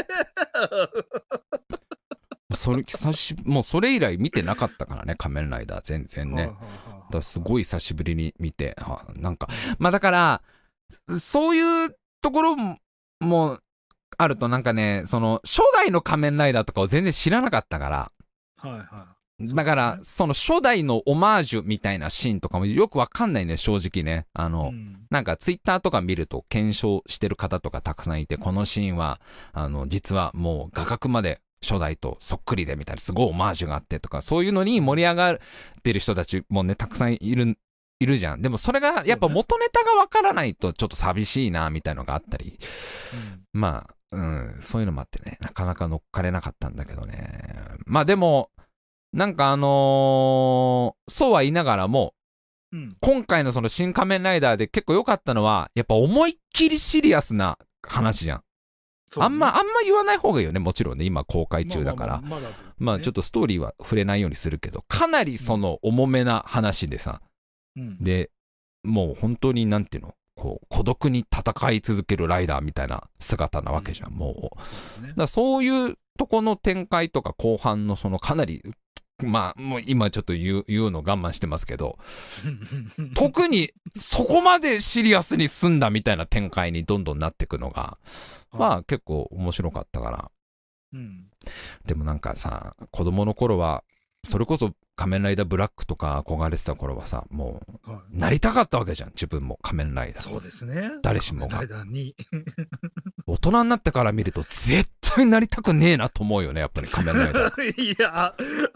もうそれ以来見てなかったからね、仮面ライダー全然ね。だからすごい久しぶりに見て、なんか、まあだから、そういうところもあるとなんかね、その初代の仮面ライダーとかを全然知らなかったから、だから、その初代のオマージュみたいなシーンとかもよくわかんないね、正直ね。なんかツイッターとか見ると検証してる方とかたくさんいて、このシーンは、実はもう画角まで初代とそっくりでみたいな、すごいオマージュがあってとか、そういうのに盛り上がってる人たちもね、たくさんいるじゃん。でもそれが、やっぱ元ネタがわからないとちょっと寂しいな、みたいのがあったり。まあ、そういうのもあってね、なかなか乗っかれなかったんだけどね。まあでも、なんかそうは言いながらも、今回のその新仮面ライダーで結構良かったのは、やっぱ思いっきりシリアスな話じゃん。あんま言わない方がいいよね、もちろんね、今公開中だから。まあちょっとストーリーは触れないようにするけど、かなりその重めな話でさ、で、もう本当になんていうの、こう孤独に戦い続けるライダーみたいな姿なわけじゃん、もう。そういうとこの展開とか後半のそのかなり、まあもう今ちょっと言うの我慢してますけど、特にそこまでシリアスに済んだみたいな展開にどんどんなっていくのが、まあ結構面白かったから。でもなんかさ、子供の頃はそれこそ仮面ライダーブラックとか憧れてた頃はさ、もうなりたかったわけじゃん、自分も仮面ライダー。 そうですね。 誰しもが。 仮面ライダーに大人になってから見ると絶対なりたくねえなと思うよね、やっぱり仮面ライダー。 いや、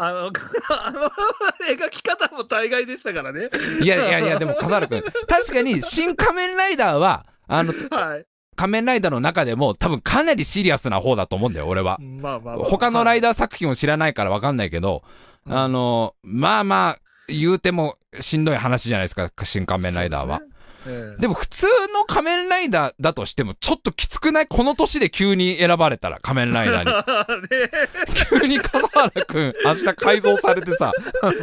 描き方も大概でしたからね。 いや、でも笠原くん、確かに新仮面ライダーは、仮面ライダーの中でも多分かなりシリアスな方だと思うんだよ、俺は。他のライダー作品を知らないから分かんないけど、まあ、言うてもしんどい話じゃないですか、新仮面ライダーは。でも普通の仮面ライダーだとしてもちょっときつくない？この年で急に選ばれたら仮面ライダーに。急に笠原くん、明日改造されてさ。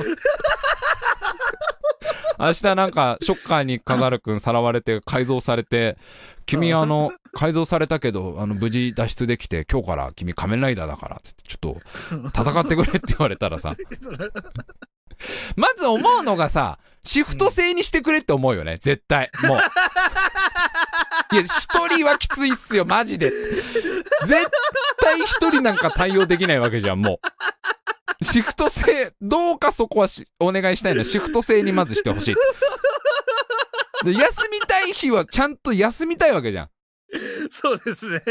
明日なんかショッカーに笠原くんさらわれて改造されて、君改造されたけど無事脱出できて今日から君仮面ライダーだからってちょっと戦ってくれって言われたらさ、まず思うのがさ、シフト制にしてくれって思うよね、絶対。もういや、一人はきついっすよ、マジで。絶対一人なんか対応できないわけじゃん、もう。シフト制、どうかそこはお願いしたいのはシフト制にまずしてほしい。で、休みたい日はちゃんと休みたいわけじゃん。 そうですね。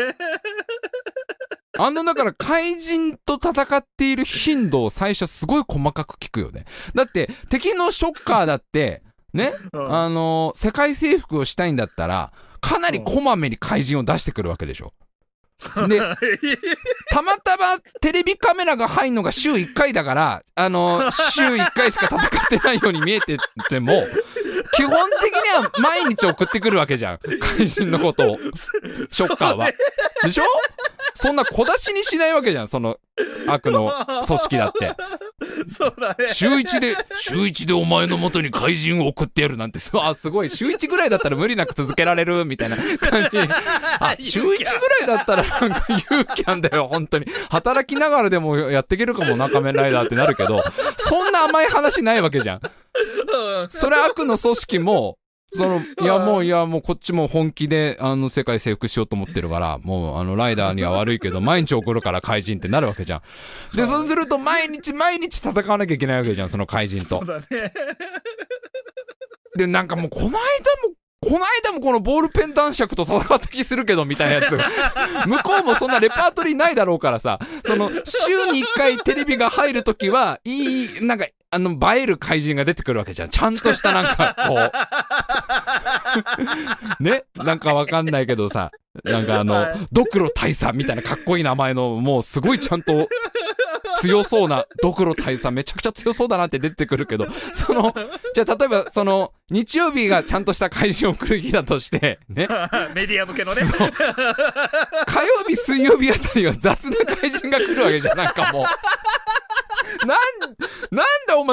だから怪人と戦っている頻度を最初すごい細かく聞くよね。だって敵のショッカーだってね、世界征服をしたいんだったらかなりこまめに怪人を出してくるわけでしょ。 で、たまたまテレビカメラが入るのが週1回だから、週1回しか戦ってないように見えてても、基本的には毎日送ってくるわけじゃん。怪人のことを。ショッカーは。でしょ？そんな小出しにしないわけじゃん、その悪の組織だって。 そうだね。 週一でお前の元に怪人を送ってやるなんて、すごい、週1ぐらいだったら無理なく続けられる、みたいな感じ。週1ぐらいだったらなんか勇気あんだよ、本当に。働きながらでもやっていけるかもな、仮面ライダーってなるけど、そんな甘い話ないわけじゃん。それ悪の組織も、いやもうこっちも本気で、世界征服しようと思ってるから、もうライダーには悪いけど、毎日送るから怪人ってなるわけじゃん。で、そうすると毎日戦わなきゃいけないわけじゃん、その怪人と。 そうだね。 で、なんかもうこの間もこのボールペン男爵と戦った気するけど、みたいなやつ。向こうもそんなレパートリーないだろうからさ、週に1回テレビが入るときは、なんか、映える怪人が出てくるわけじゃん。ちゃんとしたなんか、こう。ね？なんかわかんないけどさ、なんかドクロ大佐みたいなかっこいい名前の、もうすごいちゃんと、強そうな、ドクロ大佐めちゃくちゃ強そうだなって出てくるけど、じゃあ例えば日曜日がちゃんとした怪人を送る日だとして、ね。 メディア向けのね。 そう。火曜日、水曜日あたりは雑な怪人が来るわけじゃん、なんかもう。なんだお前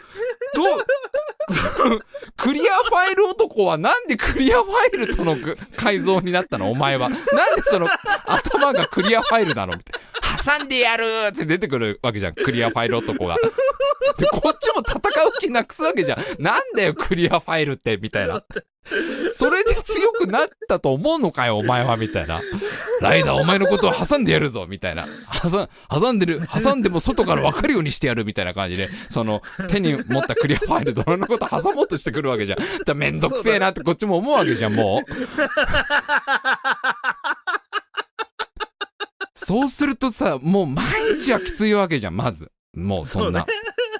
クリアファイル男はなんでクリアファイルとの改造になったのお前は。なんで頭がクリアファイルなのみたいな。挟んでやるーって出てくるわけじゃん、クリアファイル男が。で、こっちも戦う気なくすわけじゃん。なんだよ、クリアファイルって、みたいな。それで強くなったと思うのかよ、お前は、みたいな。ライダー、お前のことを挟んでやるぞ、みたいな。挟んでも外から分かるようにしてやる、みたいな感じで、手に持ったクリアファイル、俺のこと挟もうとしてくるわけじゃん。だめんどくせえなってこっちも思うわけじゃん、もう。そうするとさ、もう毎日はきついわけじゃん、まず。もうそんな。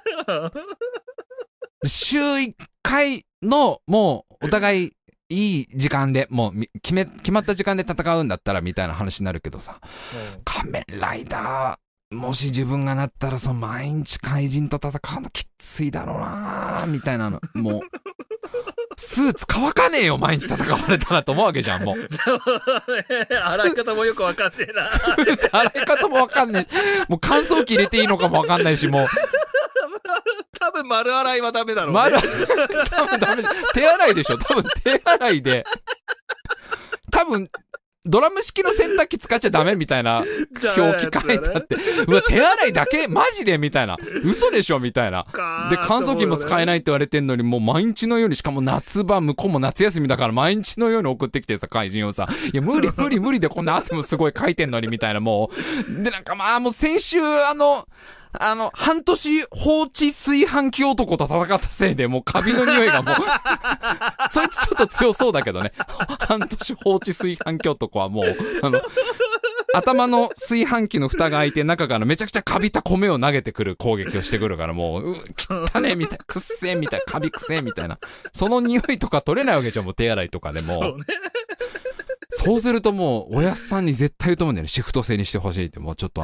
週1回の、もうお互いいい時間で、もう決まった時間で戦うんだったらみたいな話になるけどさ、仮面ライダー、もし自分がなったら毎日怪人と戦うのきついだろうなみたいなの、もう。スーツ乾かねえよ、毎日戦われたらと思うわけじゃん、もう。 洗い方もよくわかんねえな。 スーツ洗い方もわかんねえ。もう乾燥機入れていいのかもわかんないし、もう。 多分丸洗いはダメだろうね。 多分ダメ。手洗いでしょ、多分手洗いで。多分、ドラム式の洗濯機使っちゃダメみたいな表記書いてあって、うわ、手洗いだけマジでみたいな。嘘でしょみたいな。で、乾燥機も使えないって言われてんのに、もう毎日のように、しかも夏場、向こうも夏休みだから毎日のように送ってきてさ、怪人をさ、いや、無理でこんな汗もすごいかいてんのにみたいな、もう。で、なんかもう先週半年放置炊飯器男と戦ったせいで、もうカビの匂いがもう、そいつちょっと強そうだけどね。半年放置炊飯器男はもう、頭の炊飯器の蓋が開いて中からめちゃくちゃカビた米を投げてくる攻撃をしてくるからもう、汚ねえみたいな、くっせえみたいな、カビくせえみたいな。その匂いとか取れないわけじゃん、もう手洗いとかでも。 そうね。 そうするともう、おやすさんに絶対言うと思うんだよね。シフト制にしてほしいって、もうちょっと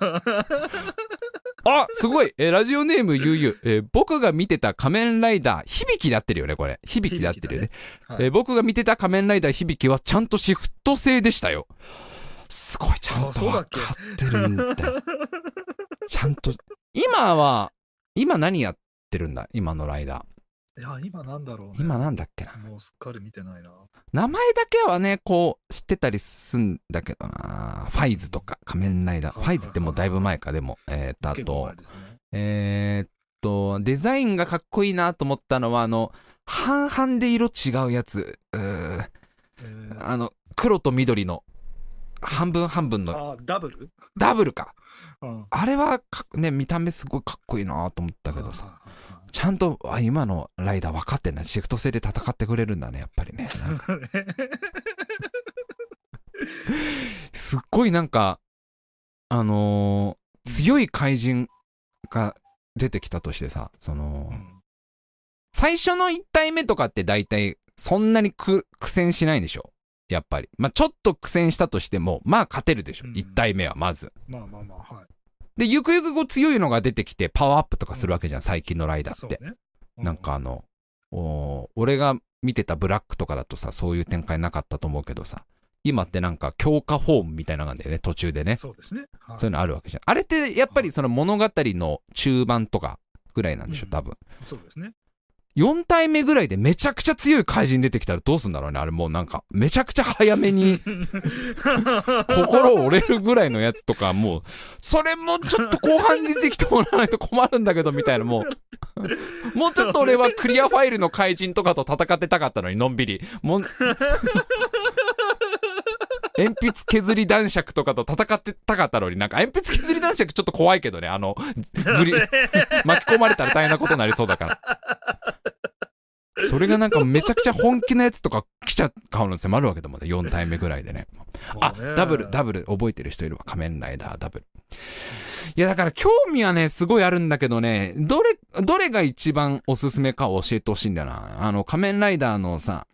あ、すごいラジオネームゆう、僕が見てた仮面ライダー、響で合ってるよね、これ。響で合ってるよね。はい、僕が見てた仮面ライダー、響はちゃんとシフト制でしたよ。すごい、ちゃんと分かってるんだよ。ちゃんと、今何やってるんだ今のライダー。 いや、今なんだろうね。 今なんだっけな。 もうすっかり見てないな。 名前だけはね、こう、知ってたりすんだけどな。ファイズとか、仮面ライダー。ファイズってもうだいぶ前か、でも。あと、デザインがかっこいいなと思ったのは、半々で色違うやつ。黒と緑の、半分半分の。 あ、ダブルか。うん、あれはね、見た目すごいかっこいいなと思ったけどさ。ちゃんと、今のライダー分かってんな。シフト制で戦ってくれるんだね、やっぱりね。すっごいなんか、強い怪人が出てきたとしてさ、最初の1体目とかって大体、そんなに苦戦しないんでしょやっぱり。まあちょっと苦戦したとしても、まあ勝てるでしょ。1体目はまず。 まあまあまあ、はい。 で、ゆくゆくこう強いのが出てきてパワーアップとかするわけじゃん、最近のライダーって。 そうね。 なんか俺が見てたブラックとかだとさ、そういう展開なかったと思うけどさ、今ってなんか強化フォームみたいなのがあるんだよね、途中でね。 そうですね。はい、 そういうのあるわけじゃん。あれってやっぱりその物語の中盤とかぐらいなんでしょ、多分。 そうですね。 4体目ぐらいでめちゃくちゃ強い怪人出てきたらどうすんだろうね。あれもうなんか、めちゃくちゃ早めに、心折れるぐらいのやつとか、もう、それもちょっと後半に出てきてもらわないと困るんだけど、みたいな、もう、もうちょっと俺はクリアファイルの怪人とかと戦ってたかったのに、のんびり。もう、鉛筆削り男爵とかと戦ってたかったのに、なんか鉛筆削り男爵ちょっと怖いけどね、巻き込まれたら大変なことになりそうだから。それがなんかめちゃくちゃ本気のやつとか来ちゃう可能性もあるわけだもんね、4体目ぐらいでね。あ、ダブル覚えてる人いるわ、仮面ライダーダブル。いやだから興味はね、すごいあるんだけどね、どれが一番おすすめかを教えてほしいんだよな。仮面ライダーのさ、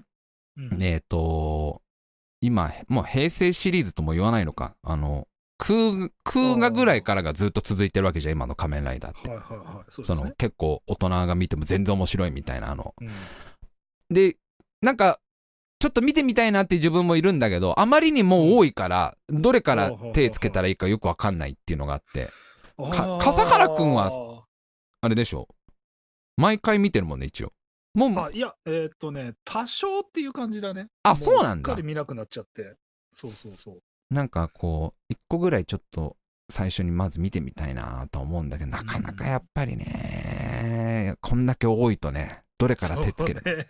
今、もう平成シリーズとも言わないのか。空画ぐらいからがずっと続いてるわけじゃん、今の仮面ライダーって。はいはいはい。そうですね。その結構大人が見ても全然面白いみたいなで、なんか、ちょっと見てみたいなって自分もいるんだけど、あまりにもう多いから、どれから手つけたらいいかよくわかんないっていうのがあって。笠原くんは、あれでしょ？毎回見てるもんね、一応。もう。 いや、多少っていう感じだね。 あ、そうなんだ。 すっかり見なくなっちゃって。そうそうそう。 なんかこう、一個ぐらいちょっと最初にまず見てみたいなと思うんだけど、なかなかやっぱりね、こんだけ多いとね、どれから手つける。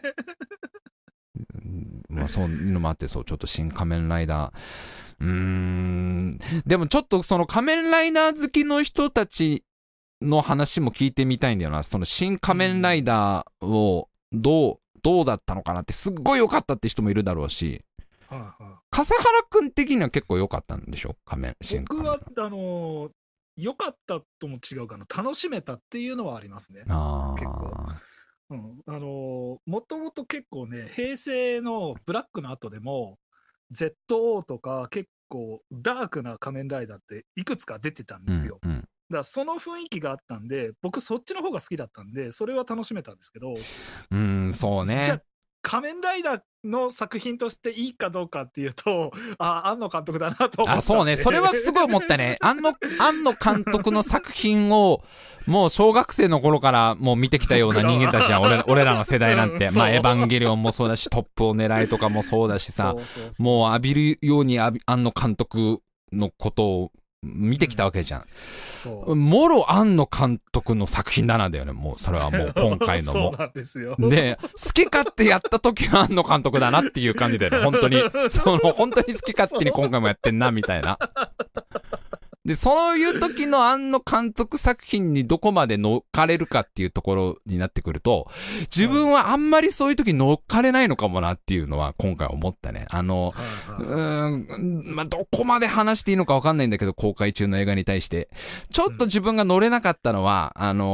まあそういうのもあって、そう、ちょっと新仮面ライダー。でもちょっとその仮面ライダー好きの人たちの話も聞いてみたいんだよな。その新仮面ライダーをどうだったのかなって、すっごい良かったって人もいるだろうし、笠原くん的には結構良かったんでしょ？ 僕は良かったとも違うかな、楽しめたっていうのはありますね。結構。もともと結構ね、平成のブラックの後でも ZO とか結構ダークな仮面ライダーっていくつか出てたんですよ。だからその雰囲気があったんで、僕そっちの方が好きだったんで、それは楽しめたんですけど。 そうね。 じゃあ仮面ライダーの作品としていいかどうかっていうと、庵野監督だなと思った。 そうね。それはすごい思ったね。庵野監督の作品を、もう小学生の頃からもう見てきたような人間たちじゃん。俺らの世代なんて。まあ、エヴァンゲリオンもそうだし、トップを狙いとかもそうだしさ、もう浴びるように庵野監督のことを見てきたわけじゃん。もろ庵野監督の作品だなんだよね。もうそれはもう今回のも。 そうなんですよ。 で、好き勝手やった時の庵野監督だなっていう感じだよね。本当に。本当に好き勝手に今回もやってんな、みたいな。で、そういう時の庵野監督作品にどこまで乗っかれるかっていうところになってくると、自分はあんまりそういう時乗っかれないのかもなっていうのは今回思ったね。どこまで話していいのかわかんないんだけど、公開中の映画に対して。ちょっと自分が乗れなかったのは、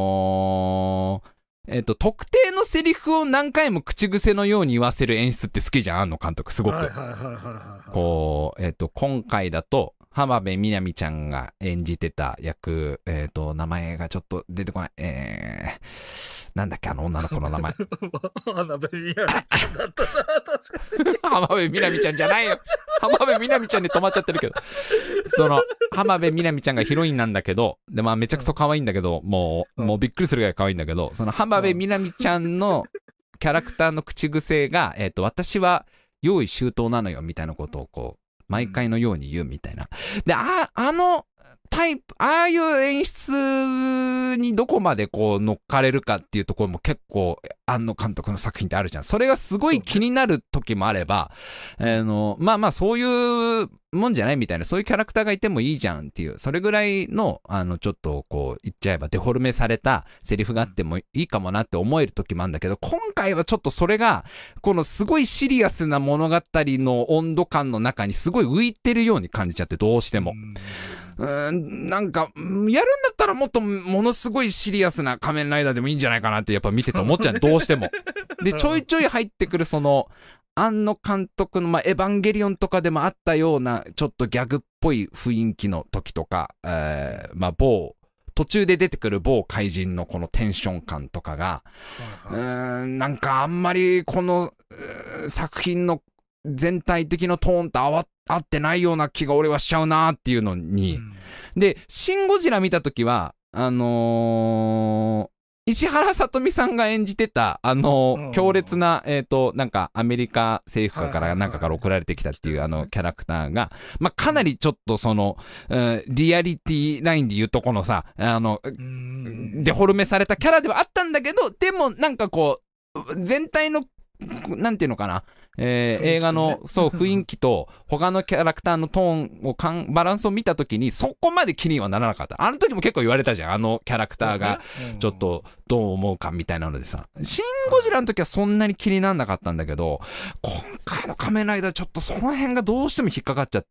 特定のセリフを何回も口癖のように言わせる演出って好きじゃん、庵野監督、すごく。こう、今回だと、浜辺美波ちゃんが演じてた役、名前がちょっと出てこない。なんだっけ、あの女の子の名前。 浜辺美波ちゃんだったな、確かに。 浜辺美波ちゃんじゃないよ。浜辺美波ちゃんに止まっちゃってるけど。その、浜辺美波ちゃんがヒロインなんだけど、で、まあめちゃくちゃ可愛いんだけど、もうびっくりするぐらい可愛いんだけど、その浜辺美波ちゃんのキャラクターの口癖が、私は用意周到なのよ、みたいなことをこう、毎回のように言うみたいな。で、あのタイプ、ああいう演出にどこまでこう乗っかれるかっていうところも結構、庵野監督の作品ってあるじゃん。それがすごい気になる時もあれば、まあまあそういうもんじゃないみたいな、そういうキャラクターがいてもいいじゃんっていう、それぐらいの、ちょっとこう言っちゃえばデフォルメされたセリフがあってもいいかもなって思える時もあるんだけど、今回はちょっとそれが、このすごいシリアスな物語の温度感の中にすごい浮いてるように感じちゃって、どうしても。なんか、やるんだったらもっとものすごいシリアスな仮面ライダーでもいいんじゃないかなってやっぱ見てて思っちゃう、どうしても。で、ちょいちょい入ってくるその、 庵野監督の、エヴァンゲリオンとかでもあったような、ちょっとギャグっぽい雰囲気の時とか、途中で出てくる某怪人のこのテンション感とかが、なんかあんまりこの、作品の全体的なトーンと合ってないような気が俺はしちゃうなっていうのに、で、シン・ゴジラ見たときは、石原さとみさんが演じてた、強烈な、なんかアメリカ政府からなんかから送られてきたっていうキャラクターが、かなりちょっとその、リアリティラインで言うとこのさ、デフォルメされたキャラではあったんだけど、でもなんかこう、全体の、なんていうのかな、映画の、そう、雰囲気と、他のキャラクターのトーンバランスを見たときに、そこまで気にはならなかった。あの時も結構言われたじゃん。キャラクターが、ちょっと、どう思うかみたいなのでさ。シン・ゴジラの時はそんなに気にならなかったんだけど、今回の仮面ライダーちょっとその辺がどうしても引っかかっちゃって、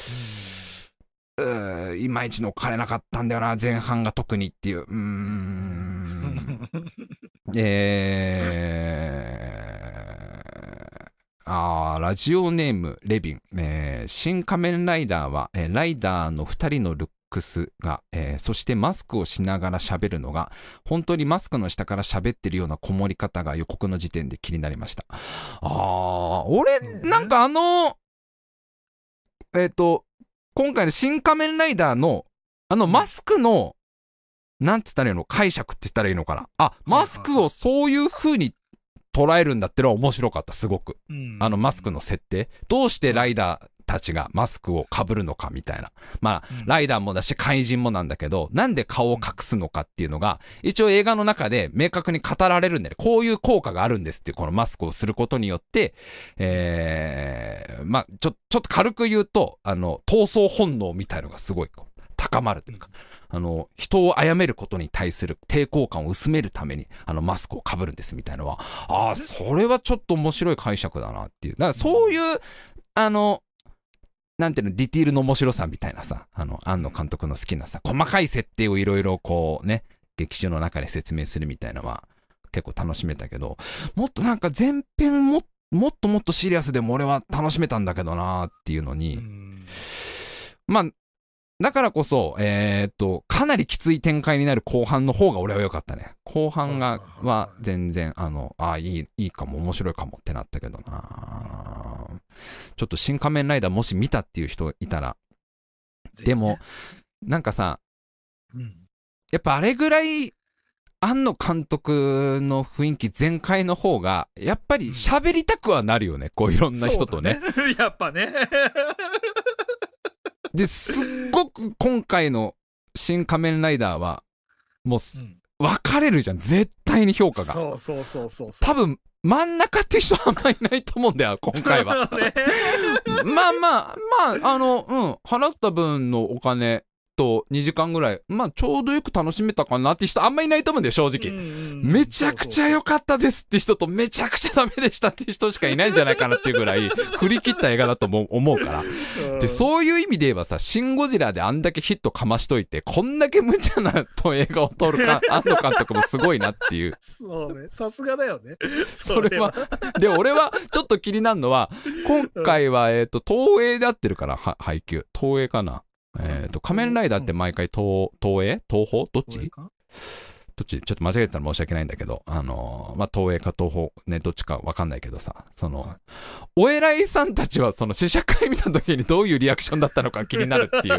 いまいち乗っかれなかったんだよな、前半が特にっていう。ラジオネームレビン、新仮面ライダーは、ライダーの2人のルックスが、そしてマスクをしながら喋るのが本当にマスクの下から喋ってるようなこもり方が予告の時点で気になりました。俺なんか今回の新仮面ライダーのマスクのなんつったらいいの、解釈って言ったらいいのかな。マスクをそういう風に捉えるんだってのは面白かった、すごく。マスクの設定。どうしてライダーたちがマスクを被るのかみたいな。ライダーもだし怪人もなんだけど、なんで顔を隠すのかっていうのが、一応映画の中で明確に語られるんだよね。こういう効果があるんですっていう、このマスクをすることによって、ちょっと軽く言うと、闘争本能みたいのがすごい高まるというか。人を殺めることに対する抵抗感を薄めるために、マスクを被るんですみたいなのは、それはちょっと面白い解釈だなっていう。だからそういう、なんていうの、ディティールの面白さみたいなさ、庵野監督の好きなさ、細かい設定をいろいろこうね、劇中の中で説明するみたいなのは、結構楽しめたけど、もっとなんか前編もっとシリアスでも俺は楽しめたんだけどなっていうのに、だからこそ、かなりきつい展開になる後半の方が俺は良かったね。後半は全然、いいかも、面白いかもってなったけどな。ちょっと新仮面ライダーもし見たっていう人いたら、でも、なんかさ、やっぱあれぐらい、庵野監督の雰囲気全開の方が、やっぱり喋りたくはなるよね。こういろんな人とね。 やっぱね。 で、すっごく今回の新仮面ライダーは、もう、分かれるじゃん。絶対に評価が。 そう。 多分、真ん中って人はあんまりいないと思うんだよ、今回は。払った分のお金と2時間ぐらい、ちょうどよく楽しめたかなって人あんまりいないと思うんだよ、正直。めちゃくちゃ良かったですって人と、めちゃくちゃダメでしたっていう人しかいないんじゃないかなっていうぐらい、振り切った映画だと思うから。で、そういう意味で言えばさ、シン・ゴジラであんだけヒットかましといて、こんだけ無茶なと映画を撮るか、庵野監督もすごいなっていう。 そうね、さすがだよね。 それは。で、俺はちょっと気になるのは、今回は、東映で合ってるから、配給。東映かな。仮面ライダーって毎回東映東宝どっちちょっと間違えてたら申し訳ないんだけど、東映か東宝ね、どっちかわかんないけどさ、お偉いさんたちは試写会見た時にどういうリアクションだったのか気になるっていう。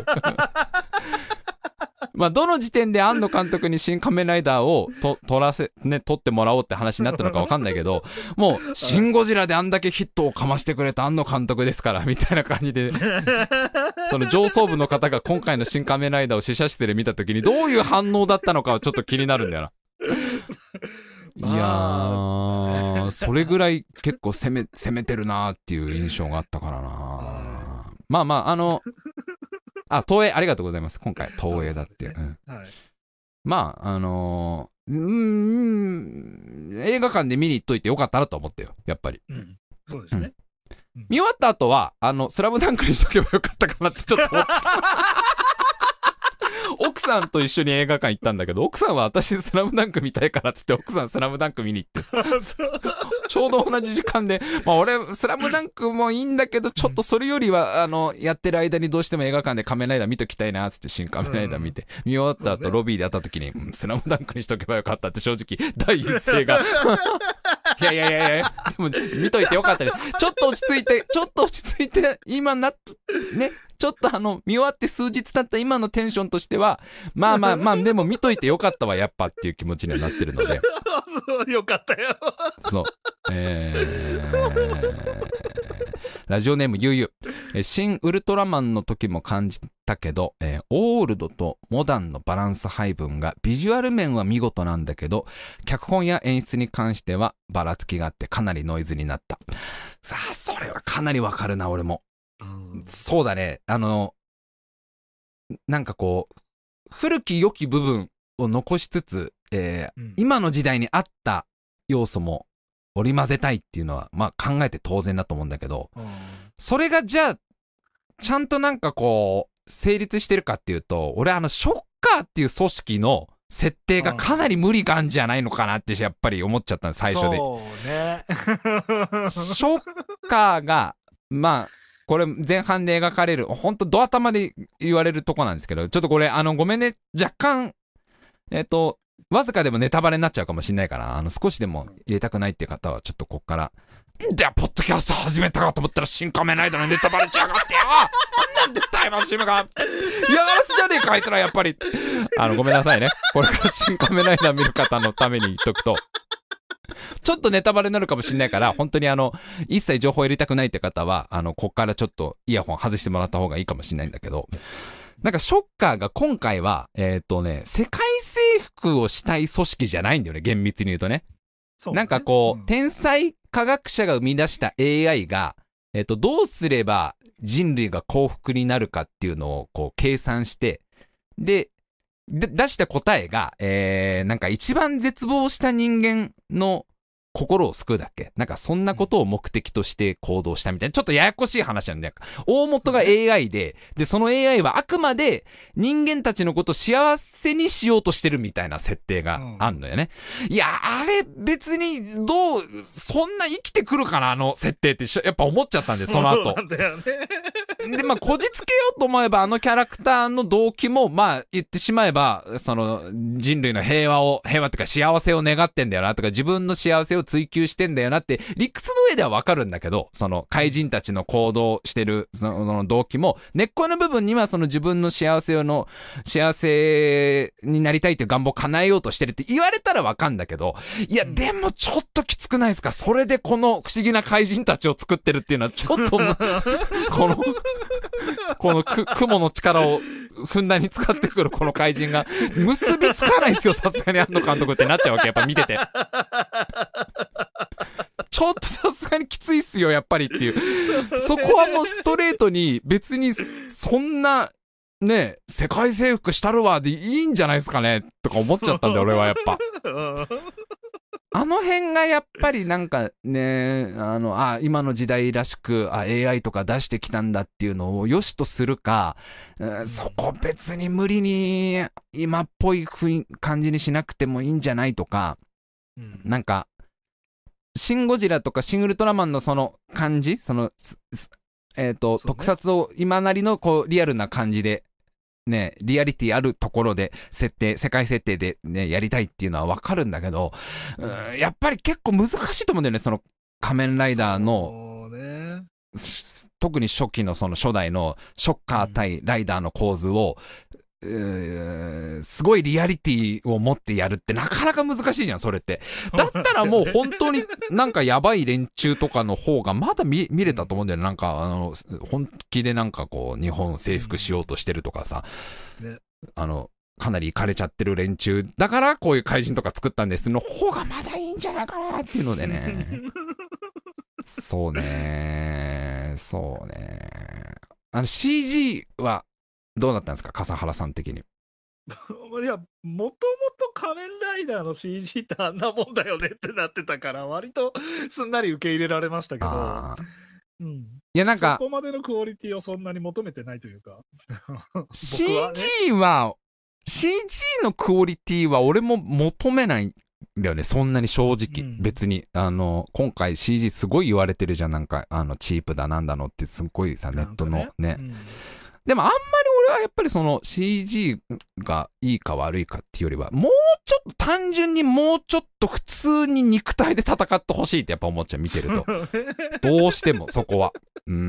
どの時点で庵野監督に新仮面ライダーを撮ってもらおうって話になったのかわかんないけど、もう、シン・ゴジラであんだけヒットをかましてくれた庵野監督ですから、みたいな感じで、上層部の方が今回の新仮面ライダーを試写室で見たときにどういう反応だったのかはちょっと気になるんだよな。いやー、それぐらい結構攻めてるなーっていう印象があったからな。東映ありがとうございます。今回東映だっていう。映画館で見に行っといてよかったなと思ったよ、やっぱり。 そうですね。 見終わった後はスラムダンクにしとけばよかったかなってちょっと思っちゃった。奥さんと一緒に映画館行ったんだけど、奥さんは私スラムダンク見たいからっつって奥さんスラムダンク見に行ってさちょうど同じ時間で、まあ俺スラムダンクもいいんだけど、ちょっとそれよりはやってる間にどうしても映画館で仮面ライダー見ときたいなっつって新仮面ライダー見て、見終わった後ロビーで会った時に、スラムダンクにしとけばよかったって正直第一声がいやでも見といてよかったね。ちょっと落ち着いて今ね、ちょっと見終わって数日経った今のテンションとしては、まあでも見といてよかったわやっぱっていう気持ちにはなってるのでそうよかったよ。 そうラジオネームゆう新ウルトラマンの時も感じたけど、オールドとモダンのバランス配分がビジュアル面は見事なんだけど、脚本や演出に関してはばらつきがあってかなりノイズになった。さあそれはかなりわかるな俺も。そうだね、なんかこう古き良き部分を残しつつ、今の時代に合った要素も織り交ぜたいっていうのはまあ考えて当然だと思うんだけど、それがじゃあちゃんとなんかこう成立してるかっていうと、俺ショッカーっていう組織の設定がかなり無理があるんじゃないのかなってやっぱり思っちゃったんです最初で。 そうねショッカーがまあこれ前半で描かれる本当ド頭で言われるとこなんですけど、ちょっとこれごめんね、若干わずかでもネタバレになっちゃうかもしれないから、少しでも入れたくないっていう方はちょっとこっからじゃあポッドキャスト始めたかと思ったら新仮面ライダーのネタバレしやがってよなんでタイムマシンが嫌がらせじゃねえかあいつらやっぱりごめんなさいね、これから新仮面ライダー見る方のために言っとくとちょっとネタバレになるかもしれないから、本当に一切情報を入れたくないって方はこっからちょっとイヤホン外してもらった方がいいかもしれないんだけど、なんかショッカーが今回は世界征服をしたい組織じゃないんだよね、厳密に言うとね。なんかこう、天才科学者が生み出した AI がどうすれば人類が幸福になるかっていうのをこう計算してで出した答えがなんか一番絶望した人間の心を救うだっけ、なんかそんなことを目的として行動したみたいな、ちょっとややこしい話なんだよ。大元が AI でその AI はあくまで人間たちのことを幸せにしようとしてるみたいな設定があんのよね。いや、あれ別にそんな生きてくるかな設定ってやっぱ思っちゃったんで、その後。そうなんだよね。で、まあ、こじつけようと思えばキャラクターの動機も、まあ、言ってしまえば、人類の平和っていうか幸せを願ってんだよなとか、自分の幸せを追求してんだよなって理屈の上ではわかるんだけど、怪人たちの行動してるその動機も根っこの部分には自分の幸せになりたいという願望を叶えようとしてるって言われたらわかんだけど、いやでもちょっときつくないですか、それでこの不思議な怪人たちを作ってるっていうのはちょっとこの雲の力をふんだんに使ってくるこの怪人が結びつかないですよ、さすがに庵野監督ってなっちゃうわけ、やっぱ見てて。ちょっとさすがにきついっすよやっぱりっていう。そこはもうストレートに別にそんなね世界征服したるわでいいんじゃないですかねとか思っちゃったんだよ俺はやっぱ。辺がやっぱりなんかね、今の時代らしくAI とか出してきたんだっていうのを良しとするか、そこ別に無理に今っぽい感じにしなくてもいいんじゃないとか、なんかシン・ゴジラとかシン・ウルトラマンのその感じ、特撮を今なりのこうリアルな感じでね、リアリティあるところで世界設定でねやりたいっていうのはわかるんだけど、やっぱり結構難しいと思うんだよね、その仮面ライダーの、特に初期のその初代のショッカー対ライダーの構図を、すごいリアリティを持ってやるってなかなか難しいじゃんそれって。だったらもう本当になんかやばい連中とかの方がまだ見れたと思うんだよね。なんか本気でなんかこう日本を征服しようとしてるとかさ、かなりイカれちゃってる連中だからこういう怪人とか作ったんですの方がまだいいんじゃないかなっていうのでね。そうね。CG はどうだったんですか、笠原さん的に。 いや、もともと仮面ライダーの CG ってあんなもんだよねってなってたから、割とすんなり受け入れられましたけど、いやなんかそこまでのクオリティをそんなに求めてないというか。 CG は CG のクオリティは俺も求めないんだよね、そんなに正直。別に、今回 CG すごい言われてるじゃん、なんか、チープだなんだのってすごいさ、ネットのね。でもあんまり俺はやっぱりその CG がいいか悪いかっていうよりは、もうちょっと単純にもうちょっと普通に肉体で戦ってほしいってやっぱ思っちゃう、見てると。どうしてもそこは。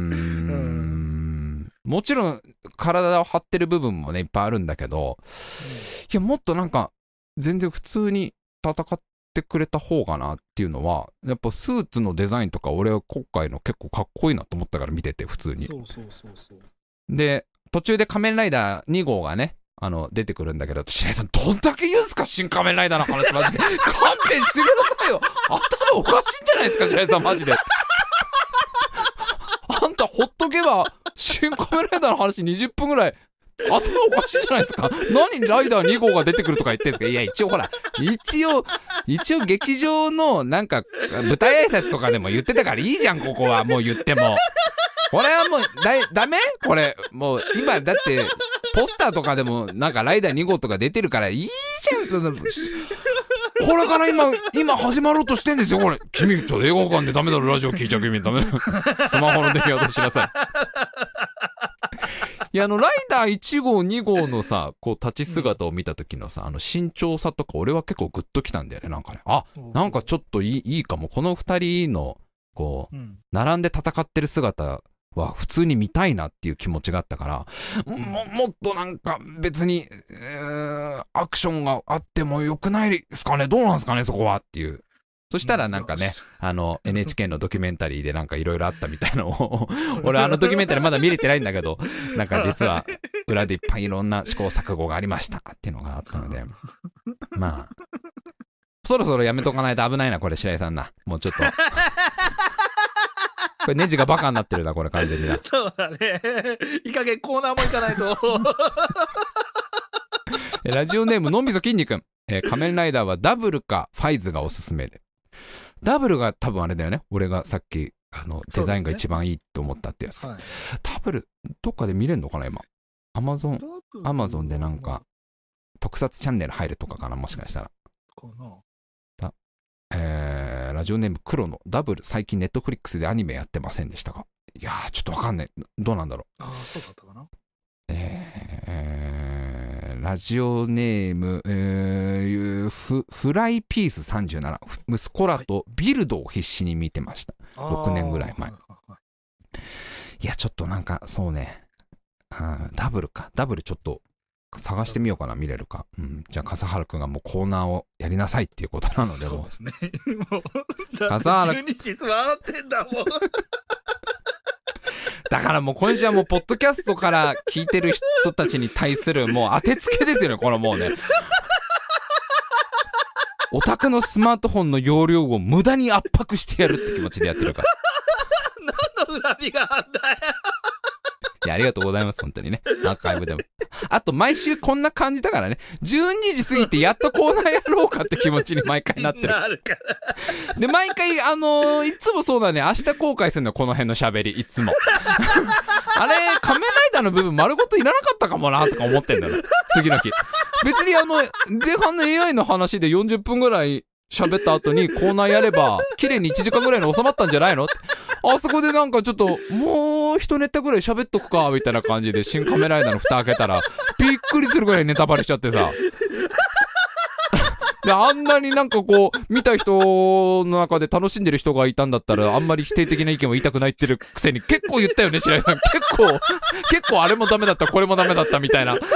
もちろん体を張ってる部分もねいっぱいあるんだけど、いやもっとなんか全然普通に戦ってくれた方がなっていうのは、やっぱスーツのデザインとか俺は今回の結構かっこいいなと思ったから見てて普通に。そう。で途中で仮面ライダー2号がね出てくるんだけど、白井さんどんだけ言うんすか、新仮面ライダーの話マジで勘弁してくださいよ。頭おかしいんじゃないですか白井さんマジで。あんたほっとけば新仮面ライダーの話20分ぐらい頭おかしいじゃないですか。何ライダー2号が出てくるとか言ってんすか。いや一応ほら一応劇場のなんか舞台挨拶とかでも言ってたからいいじゃん、ここはもう言っても。これはもうダメこれもう今だってポスターとかでもなんかライダー2号とか出てるからいいじゃん。そのこれから今始まろうとしてんですよこれ。君ちょっと映画館でダメだろ、ラジオ聞いちゃう君ダメだ。スマホの電源落としなさい。いやライダー1号2号のさこう立ち姿を見た時のさ慎重さとか俺は結構グッときたんだよね。なんかね、なんかちょっといいかも、この2人のこう、並んで戦ってる姿は普通に見たいなっていう気持ちがあったから、もっとなんか別に、アクションがあってもよくないですかね、どうなんですかねそこはっていう。そしたらなんかね、NHK のドキュメンタリーでなんかいろいろあったみたいのを俺ドキュメンタリーまだ見れてないんだけど、なんか実は裏でいっぱいいろんな試行錯誤がありましたっていうのがあったので、まあそろそろやめとかないと危ないなこれ白井さんな。もうちょっとこれネジがバカになってるなこれ完全にな。 そうだね。いい加減コーナーも行かないと。 ラジオネームのんびそきんに君、仮面ライダーはダブルかファイズがおすすめで。ダブルが多分あれだよね、俺がさっきデザインが一番いいと思ったってやつ、ダブルどっかで見れるのかな今。アマゾンでなんか特撮チャンネル入るとかかな、もしかしたらかな。ラジオネーム黒のダブル最近ネットフリックスでアニメやってませんでしたが、いやーちょっとわかんない、どうなんだろう。 そうだったかな。 ラジオネーム、フライピース37、息子らとビルドを必死に見てました、6年ぐらい前。いやちょっとなんかそうね、ダブルちょっと探してみようかな、見れるか。じゃあ笠原くんがもうコーナーをやりなさいっていうことなので、 そうですね。もう笠原 12時回ってんだもん。 だからもう今週はもうポッドキャストから聞いてる人たちに対するもう当てつけですよね、このもうね。オタクのスマートフォンの容量を無駄に圧迫してやるって気持ちでやってるから。 何の恨みがあんだよ。 いやありがとうございます本当にね、アーカイブでも。あと毎週こんな感じだからね、12時過ぎてやっとコーナーやろうかって気持ちに毎回なってる。なるからで毎回いつもそうだね、明日後悔するのこの辺の喋りいつも。あれ仮面ライダーの部分丸ごといらなかったかもなとか思ってんだよ次の日。別に前半の AI の話で40分ぐらい喋った後にコーナーやれば綺麗に1時間ぐらいに収まったんじゃないのって。あそこでなんかちょっともう一ネタぐらい喋っとくかみたいな感じで新仮面ライダーの蓋開けたらびっくりするぐらいネタバレしちゃってさ。であんなになんかこう見た人の中で楽しんでる人がいたんだったらあんまり否定的な意見を言いたくないってるくせに結構言ったよね白井さん。結構あれもダメだったこれもダメだったみたいな。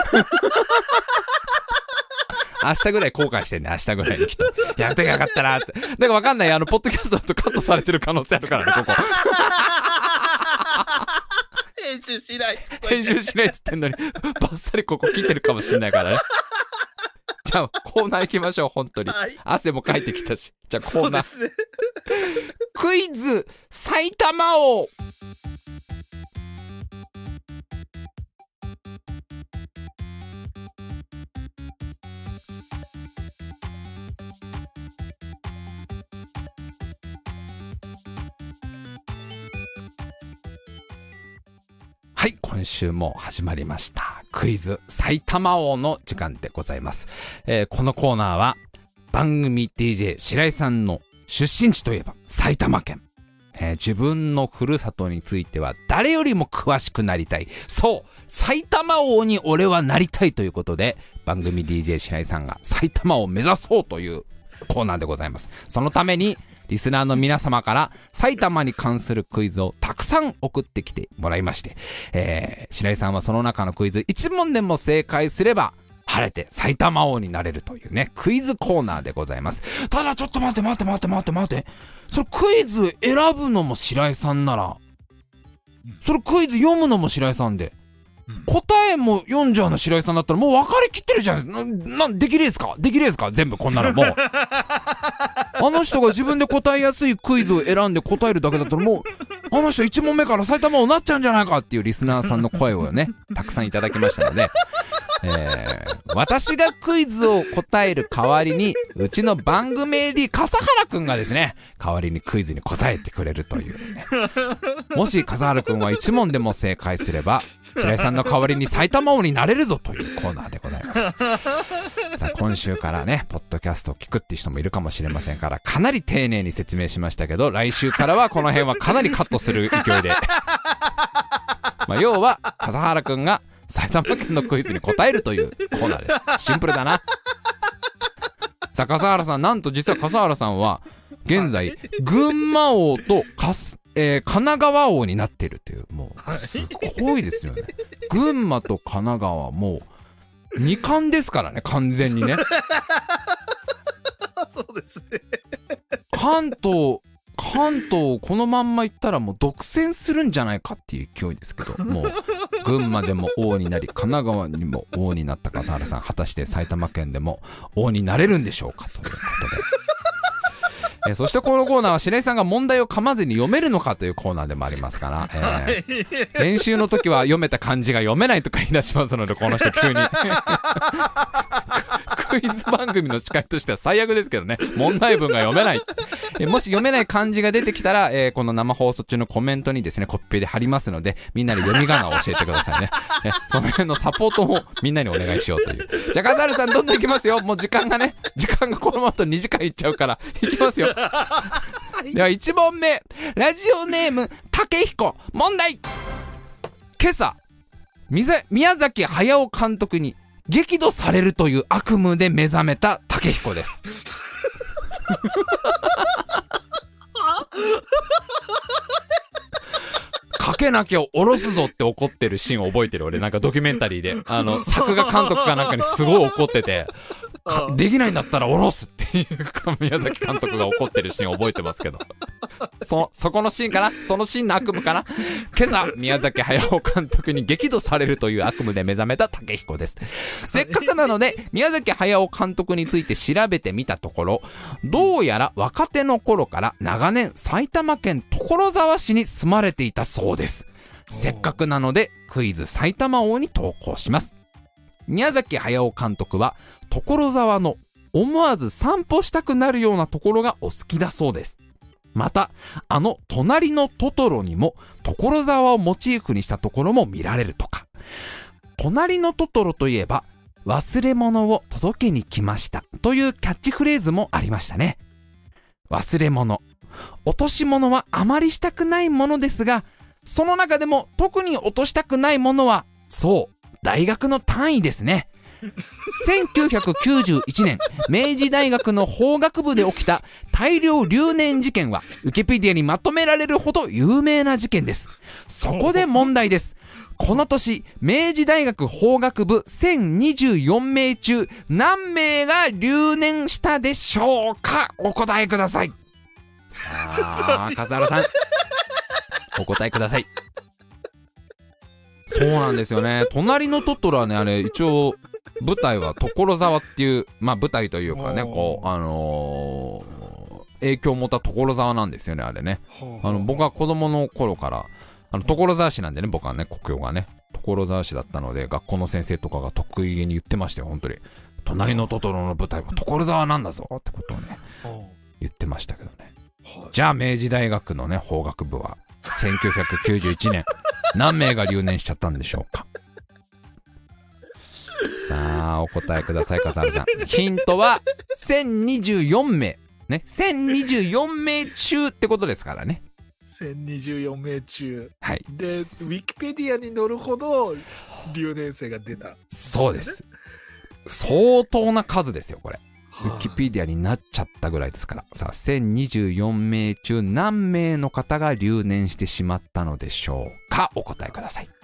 明日ぐらい後悔してんね、明日ぐらいにきっと。やめてよかったなって。だからわかんない、ポッドキャストだとカットされてる可能性あるからね、ここ。 編集しないっつってんのに、バッサリここ切ってるかもしんないからね。じゃあ、コーナー行きましょう、本当に。はい、汗もかいてきたし。じゃあ、コーナー。そうですね。クイズ、埼玉王。はい、今週も始まりましたクイズ埼玉王の時間でございます。このコーナーは番組 DJ 白井さんの出身地といえば埼玉県。自分のふるさとについては誰よりも詳しくなりたい。そう、埼玉王に俺はなりたいということで、番組 DJ 白井さんが埼玉を目指そうというコーナーでございます。そのためにリスナーの皆様から埼玉に関するクイズをたくさん送ってきてもらいまして、白井さんはその中のクイズ1問でも正解すれば晴れて埼玉王になれるというね、クイズコーナーでございます。ただちょっと待って。それクイズ選ぶのも白井さんなら、それクイズ読むのも白井さんで、答えも読んじゃうの白井さんだったらもう分かりきってるじゃん。できれいですか全部こんなのもう。あの人が自分で答えやすいクイズを選んで答えるだけだったらもう、あの人1問目から埼玉王になっちゃうんじゃないかっていうリスナーさんの声をね、たくさんいただきましたので、私がクイズを答える代わりにうちの番組 AD 笠原くんがですね、代わりにクイズに答えてくれるというね。もし笠原くんは1問でも正解すれば白井さんの代わりに埼玉王になれるぞというコーナーでございます。さあ今週からね、ポッドキャストを聞くっていう人もいるかもしれませんから、かなり丁寧に説明しましたけど、来週からはこの辺はかなりカットする勢いで要は笠原くんが埼玉県のクイズに答えるというコーナーです。シンプルだな。さあ笠原さん、なんと実は笠原さんは現在群馬王と神奈川王になっているという、もうすごいですよね。群馬と神奈川もう2冠ですからね、完全にね。 そうですね。 関東このまんまいったらもう独占するんじゃないかっていう勢いですけど、もう群馬でも王になり神奈川にも王になった笠原さん、果たして埼玉県でも王になれるんでしょうかということで、そしてこのコーナーは白井さんが問題を噛まずに読めるのかというコーナーでもありますから、練習の時は読めた漢字が読めないとか言い出しますので、この人急にクイズ番組の司会としては最悪ですけどね、問題文が読めない。もし読めない漢字が出てきたら、この生放送中のコメントにですね、コピペで貼りますので、みんなで読み仮名を教えてくださいね。その辺のサポートもみんなにお願いしようという。じゃあ笠原さんどんどんいきますよ。もう時間がこのままと2時間いっちゃうからいきますよ。では1問目、ラジオネーム竹彦、問題。今朝宮崎駿監督に激怒されるという悪夢で目覚めた竹彦です。かけなきゃ下ろすぞって怒ってるシーンを覚えてる。俺なんかドキュメンタリーで作画監督かなんかにすごい怒ってて、できないんだったら下ろすっていう宮崎監督が怒ってるシーンを覚えてますけど、そこのシーンかな、そのシーンの悪夢かな。今朝宮崎駿監督に激怒されるという悪夢で目覚めた竹彦です。せっかくなので宮崎駿監督について調べてみたところ、どうやら若手の頃から長年埼玉県所沢市に住まれていたそうです。せっかくなのでクイズ埼玉王に投稿します。宮崎駿監督は所沢の思わず散歩したくなるようなところがお好きだそうです。また隣のトトロにも所沢をモチーフにしたところも見られるとか。隣のトトロといえば忘れ物を届けに来ましたというキャッチフレーズもありましたね。忘れ物、落とし物はあまりしたくないものですが、その中でも特に落としたくないものはそう大学の単位ですね。1991年明治大学の法学部で起きた大量留年事件はウィキペディアにまとめられるほど有名な事件です。そこで問題です。この年明治大学法学部1024名中何名が留年したでしょうか。お答えください。さあ笠原さんお答えください。そうなんですよね。隣のトトロはね、あれ一応舞台は所沢っていう、舞台というかね、こう影響を持った所沢なんですよね、あれね。僕は子供の頃から所沢市なんでね、僕はね故郷がね所沢市だったので、学校の先生とかが得意げに言ってましたよ。本当に隣のトトロの舞台は所沢なんだぞってことをね言ってましたけどね。じゃあ明治大学のね法学部は1991年何名が留年しちゃったんでしょうか。 さあお答えください笠原さん。ヒントは1024名ね、1024名中ってことですからね。 1024名中、 はい、 でウィキペディアに載るほど留年生が出た、 そうです。相当な数ですよこれ。ウィキペディアになっちゃったぐらいですから。さあ1024名中何名の方が留年してしまったのでしょうか。お答えください。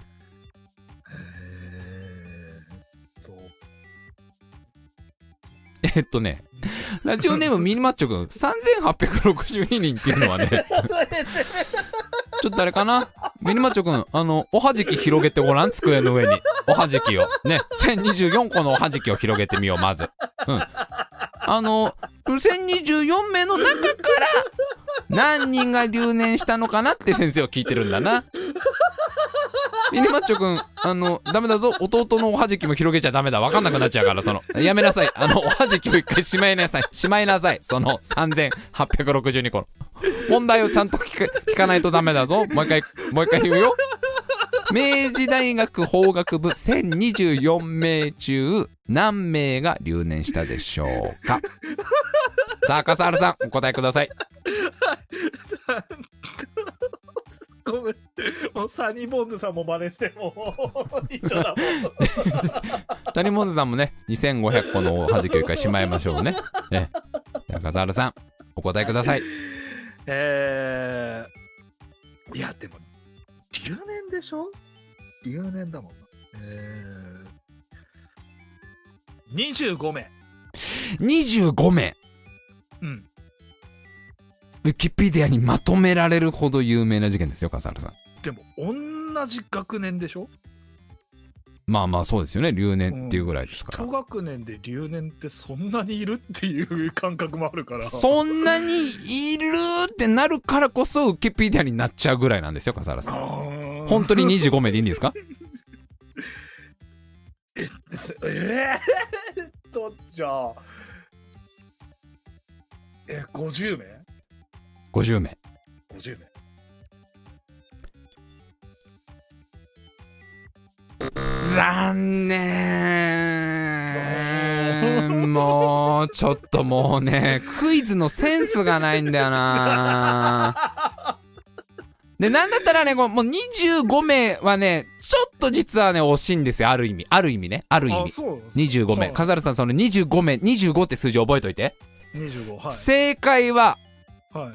ラジオネームミニマッチョくん3862人っていうのはねちょっとあれかな、ミニマッチョくんおはじき広げてごらん、机の上におはじきをね、1024個のおはじきを広げてみようまず。1024名の中から何人が留年したのかなって先生は聞いてるんだな。ミニマッチョくんダメだぞ、弟のおはじきも広げちゃダメだ、分かんなくなっちゃうから、やめなさい、おはじきを一回しまいなさい、その3862個の問題をちゃんと聞かないとダメだぞ。もう一回言うよ。明治大学法学部1024名中何名が留年したでしょうか。さあ笠原さんお答えください。ごめん、もうサニーボンズさんも真似しても一緒だもん。サニーボンズさんもね2500個のおはじきを一回しまいましょうね。じゃあ笠原さんお答えください。 いやでも留年でしょ、留年だもんな。25名。 25名。 うん。 ウィキペディアにまとめられるほど有名な事件ですよ笠原さん。 でも同じ学年でしょ。 まあまあそうですよね、留年っていうぐらいですから。 一学年で留年ってそんなにいるっていう感覚もあるから、 そんなにいるってなるからこそウィキペディアになっちゃうぐらいなんですよ笠原さん。本当に25名でいいんですか？ じゃあ50名 50名。残念。もうちょっともうねクイズのセンスがないんだよな。でなんだったらねもう25名はねちょっと実はね惜しいんですよ。ある意味ね、ある意味25名。笠原さんその25名、25って数字覚えといて。 25、はい、 正解は、 はい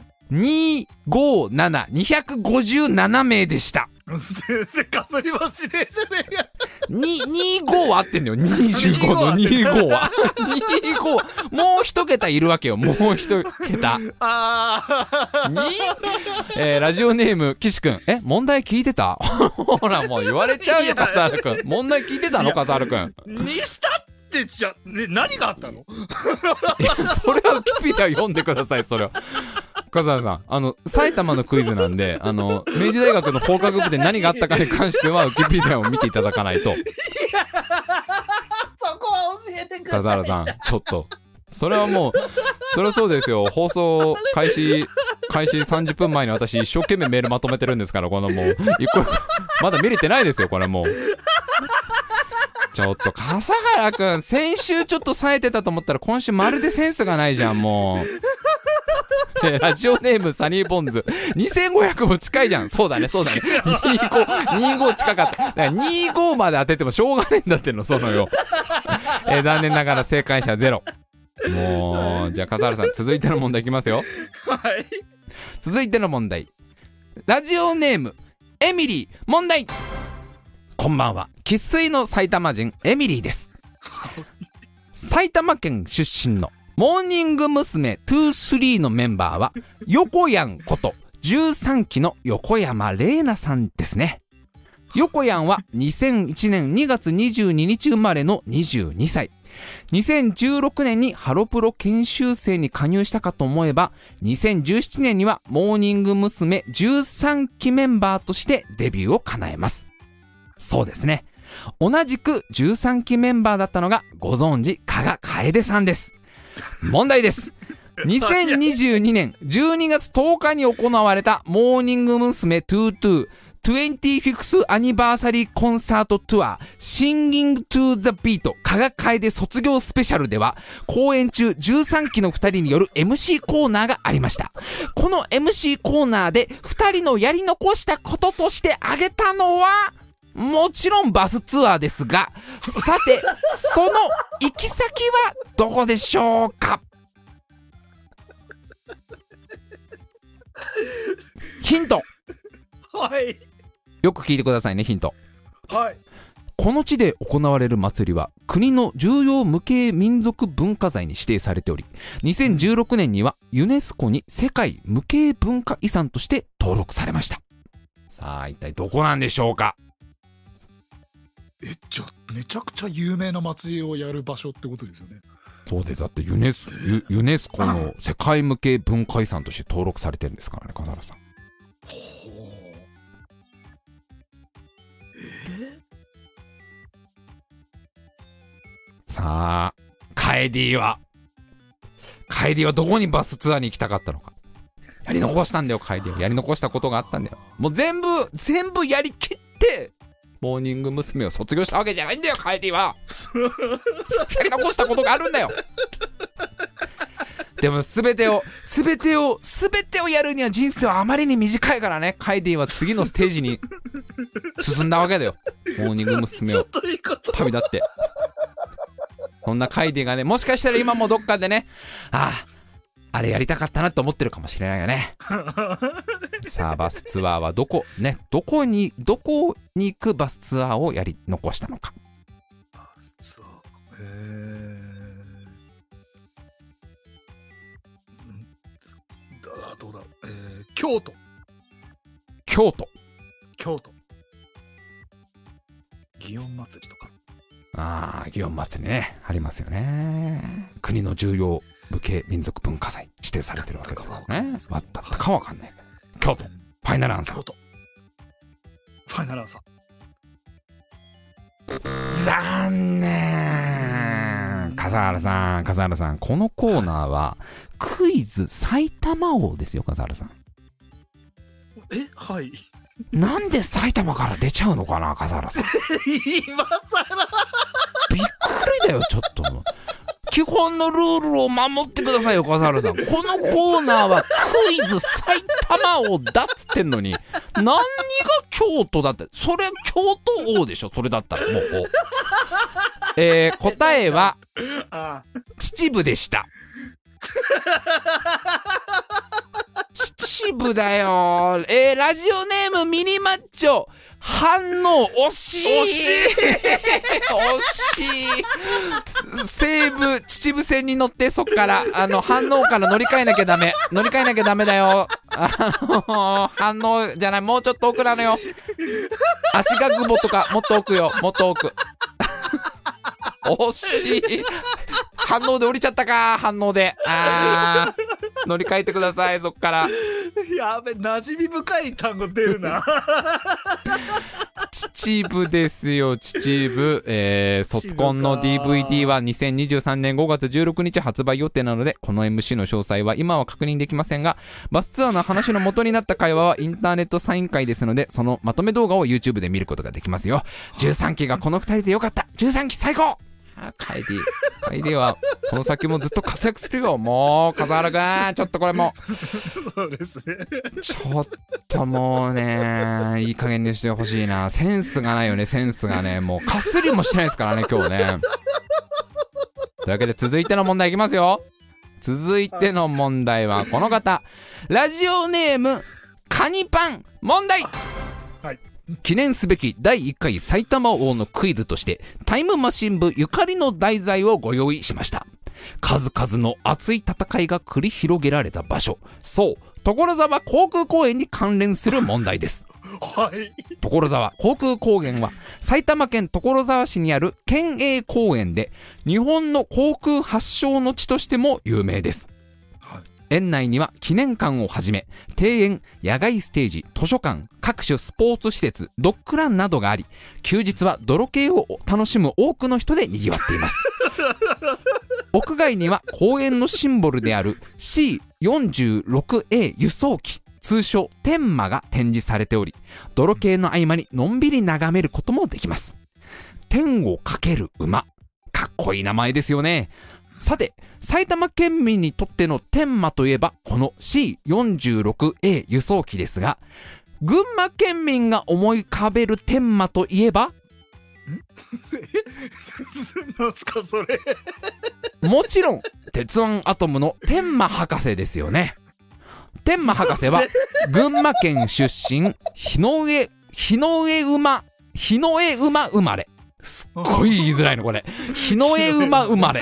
257名でした。 先生かすりもしねえじゃねえか。 25は合ってんだよ。25の25は25もう一桁いるわけよ。もう一桁ラジオネーム岸くん問題聞いてた？ほらもう言われちゃうよ笠原くん。問題聞いてたの笠原くんにしたってじゃ何があったの？ いやそれはウィキペディア読んでください。それは笠原さん埼玉のクイズなんで明治大学の法学部で何があったかに関してはウィキペディアを見ていただかないと。いやそこは教えてください。 笠原さんちょっとそれはもうそれはそうですよ。放送開始30分前に私一生懸命メールまとめてるんですから、このもう一個まだ見れてないですよこれもう。ちょっと笠原くん先週ちょっと冴えてたと思ったら今週まるでセンスがないじゃんもう。ラジオネームサニーボンズ2500も近いじゃん。そうだね25近かった。だから25まで当ててもしょうがねえんだってのそのよ。残念ながら正解者ゼロ。もうじゃあ笠原さん続いての問題いきますよ。 はい、 続いての問題、ラジオネームエミリー。問題。こんばんは、生粋の埼玉人エミリーです。埼玉県出身のモーニング娘。23のメンバーは横やんこと13期の横山玲奈さんですね。横やんは2001年2月22日生まれの22歳。2016年にハロプロ研修生に加入したかと思えば、2017年にはモーニング娘。13期メンバーとしてデビューを叶えます。そうですね、同じく13期メンバーだったのがご存知加賀楓さんです。問題です。2022年12月10日に行われたモーニング娘。22 25th アニバーサリーコンサートツアー Singing to the Beat 加賀楓卒業スペシャルでは、公演中13期の2人による MC コーナーがありました。この MC コーナーで2人のやり残したこととして挙げたのは、もちろんバスツアーですが、さてその行き先はどこでしょうか？ヒント。 はい。 よく聞いてくださいね、ヒント。 はい。 この地で行われる祭りは国の重要無形民族文化財に指定されており、2016年にはユネスコに世界無形文化遺産として登録されました。さあ、一体どこなんでしょうか？ じゃあめちゃくちゃ有名な祭りをやる場所ってことですよね。 そうです。だってユネスコの世界無形文化遺産として登録されてるんですからね、笠原さん。さあ、カエディはどこにバスツアーに行きたかったのか。やり残したんだよ、カエディは。やり残したことがあったんだよ。もう全部やりきってモーニング娘。を卒業したわけじゃないんだよ、カエディは。やり残したことがあるんだよ。でも全てをやるには人生はあまりに短いからね、カエディは次のステージに進んだわけだよ。モーニング娘。を旅立って。そんなカエディがね、もしかしたら今もどっかでね、あれやりたかったなと思ってるかもしれないよね。さあ、バスツアーはどこに行くバスツアーをやり残したのか。 バスツアー。どうだろう。京都。祇園祭りとか。 祇園祭りね、ありますよね。国の重要無形民族文化財指定されてるわけですからね。だったかわかんない。京都、ファイナルアンサー。残念。笠原さん、このコーナーはクイズ埼玉王ですよ、笠原さん。 はい。 なんで埼玉から出ちゃうのかな、笠原さん。 今更びっくりだよ、ちょっと。基本のルールを守ってくださいよ、笠原さん。このコーナーはクイズ埼玉王だっつってんのに、何が京都だって。それ京都王でしょ、それだったらもう。答えは秩父でした。秩父だよ。ラジオネームミニマッチョ。反応惜しい。西武秩父線に乗って、そっから反応から乗り換えなきゃダメだよ。反応じゃない、もうちょっと奥なのよ。足が久保とかもっと奥よ、もっと奥。惜しい。反応で降りちゃったか。反応で乗り換えてください、そっから。 やべ、馴染み深い単語出るな。 秩父ですよ、秩父。卒コンの DVD は2023年5月16日発売予定なので、この MC の詳細は今は確認できませんが、バスツアーの話の元になった会話はインターネットサイン会ですので、そのまとめ動画を YouTube で見ることができますよ。13期がこの2人でよかった。13期最高。カエディはこの先もずっと活躍するよ。もう笠原くん、ちょっとこれもそうですね。 ちょっともうね、いい加減にしてほしいな。センスがないよね、センスがね。もうかすりもしてないですからね、今日ね。というわけで続いての問題いきますよ。続いての問題はこの方。ラジオネームカニパン問題。 はい。 記念すべき第1回埼玉王のクイズとしてタイムマシン部ゆかりの題材をご用意しました。数々の熱い戦いが繰り広げられた場所、そう所沢航空公園に関連する問題です。 はい。 所沢航空公園は埼玉県所沢市にある県営公園で、日本の航空発祥の地としても有名です。園内には記念館をはじめ庭園、野外ステージ、図書館、各種スポーツ施設、ドッグランなどがあり、休日は泥系を楽しむ多くの人で賑わっています。屋外には公園のシンボルである C46A 輸送機通称天馬が展示されており、泥系の合間にのんびり眺めることもできます。天をかける馬、かっこいい名前ですよね。さて、埼玉県民にとっての天馬といえばこの C46A 輸送機ですが、群馬県民が思い浮かべる天馬といえばなんすかそれ。 もちろん鉄腕アトムの天馬博士ですよね。天馬博士は群馬県出身、日の上馬生まれ。すっごい言いづらいのこれ。日の上馬生まれ。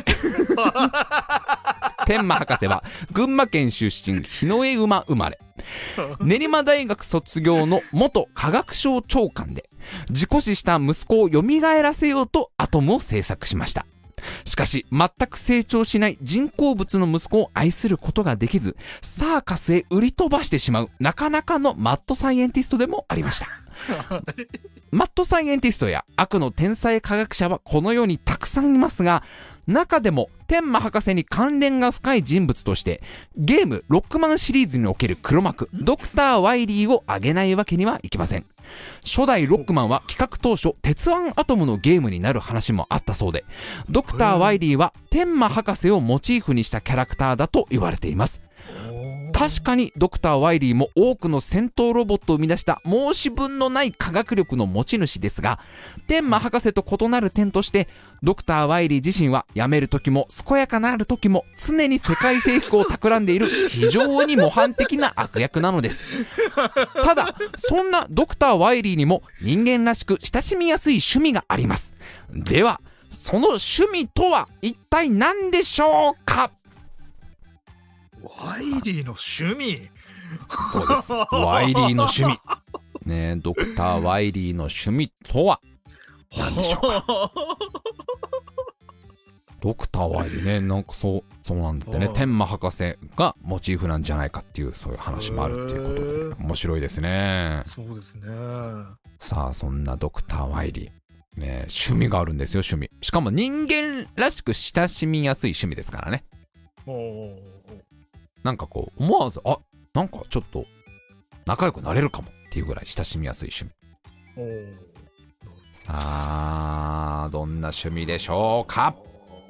天馬博士は群馬県出身、日の上馬生まれ。練馬大学卒業の元科学省長官で、事故死した息子を蘇らせようとアトムを製作しました。しかし全く成長しない人工物の息子を愛することができず、サーカスへ売り飛ばしてしまうなかなかのマッドサイエンティストでもありました。マッドサイエンティストや悪の天才科学者はこの世にたくさんいますが、中でも天馬博士に関連が深い人物としてゲームロックマンシリーズにおける黒幕ドクター・ワイリーを挙げないわけにはいきません。初代ロックマンは企画当初鉄腕アトムのゲームになる話もあったそうで、ドクター・ワイリーは天馬博士をモチーフにしたキャラクターだと言われています。確かにドクター・ワイリーも多くの戦闘ロボットを生み出した申し分のない科学力の持ち主ですが、天馬博士と異なる点としてドクター・ワイリー自身は病める時も健やかなる時も常に世界征服を企んでいる非常に模範的な悪役なのです。ただそんなドクター・ワイリーにも人間らしく親しみやすい趣味があります。ではその趣味とは一体何でしょうか。 ワイリーの趣味。 そうです。ワイリーの趣味。ねえ、ドクター・ワイリーの趣味とは何でしょうか。ドクター・ワイリーね、なんかそうなんだってね。天馬博士がモチーフなんじゃないかっていうそういう話もあるっていうことで面白いですね。 そうですね。 さあそんなドクター・ワイリー、ね、趣味があるんですよ。趣味。しかも人間らしく親しみやすい趣味ですからね。なんかこう思わずなんかちょっと仲良くなれるかもっていうぐらい親しみやすい趣味。さあどんな趣味でしょうか。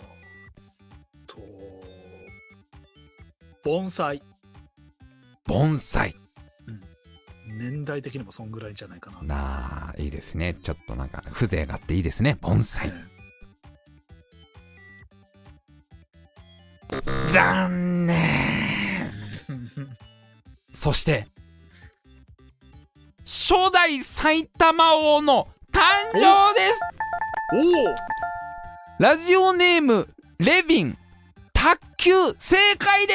盆栽。 盆栽、 年代的にもそんぐらいじゃないかな。 なあいいですね。ちょっとなんか風情があっていいですね。盆栽、残念。そして初代埼玉王の誕生です。ラジオネームレビン、卓球正解です。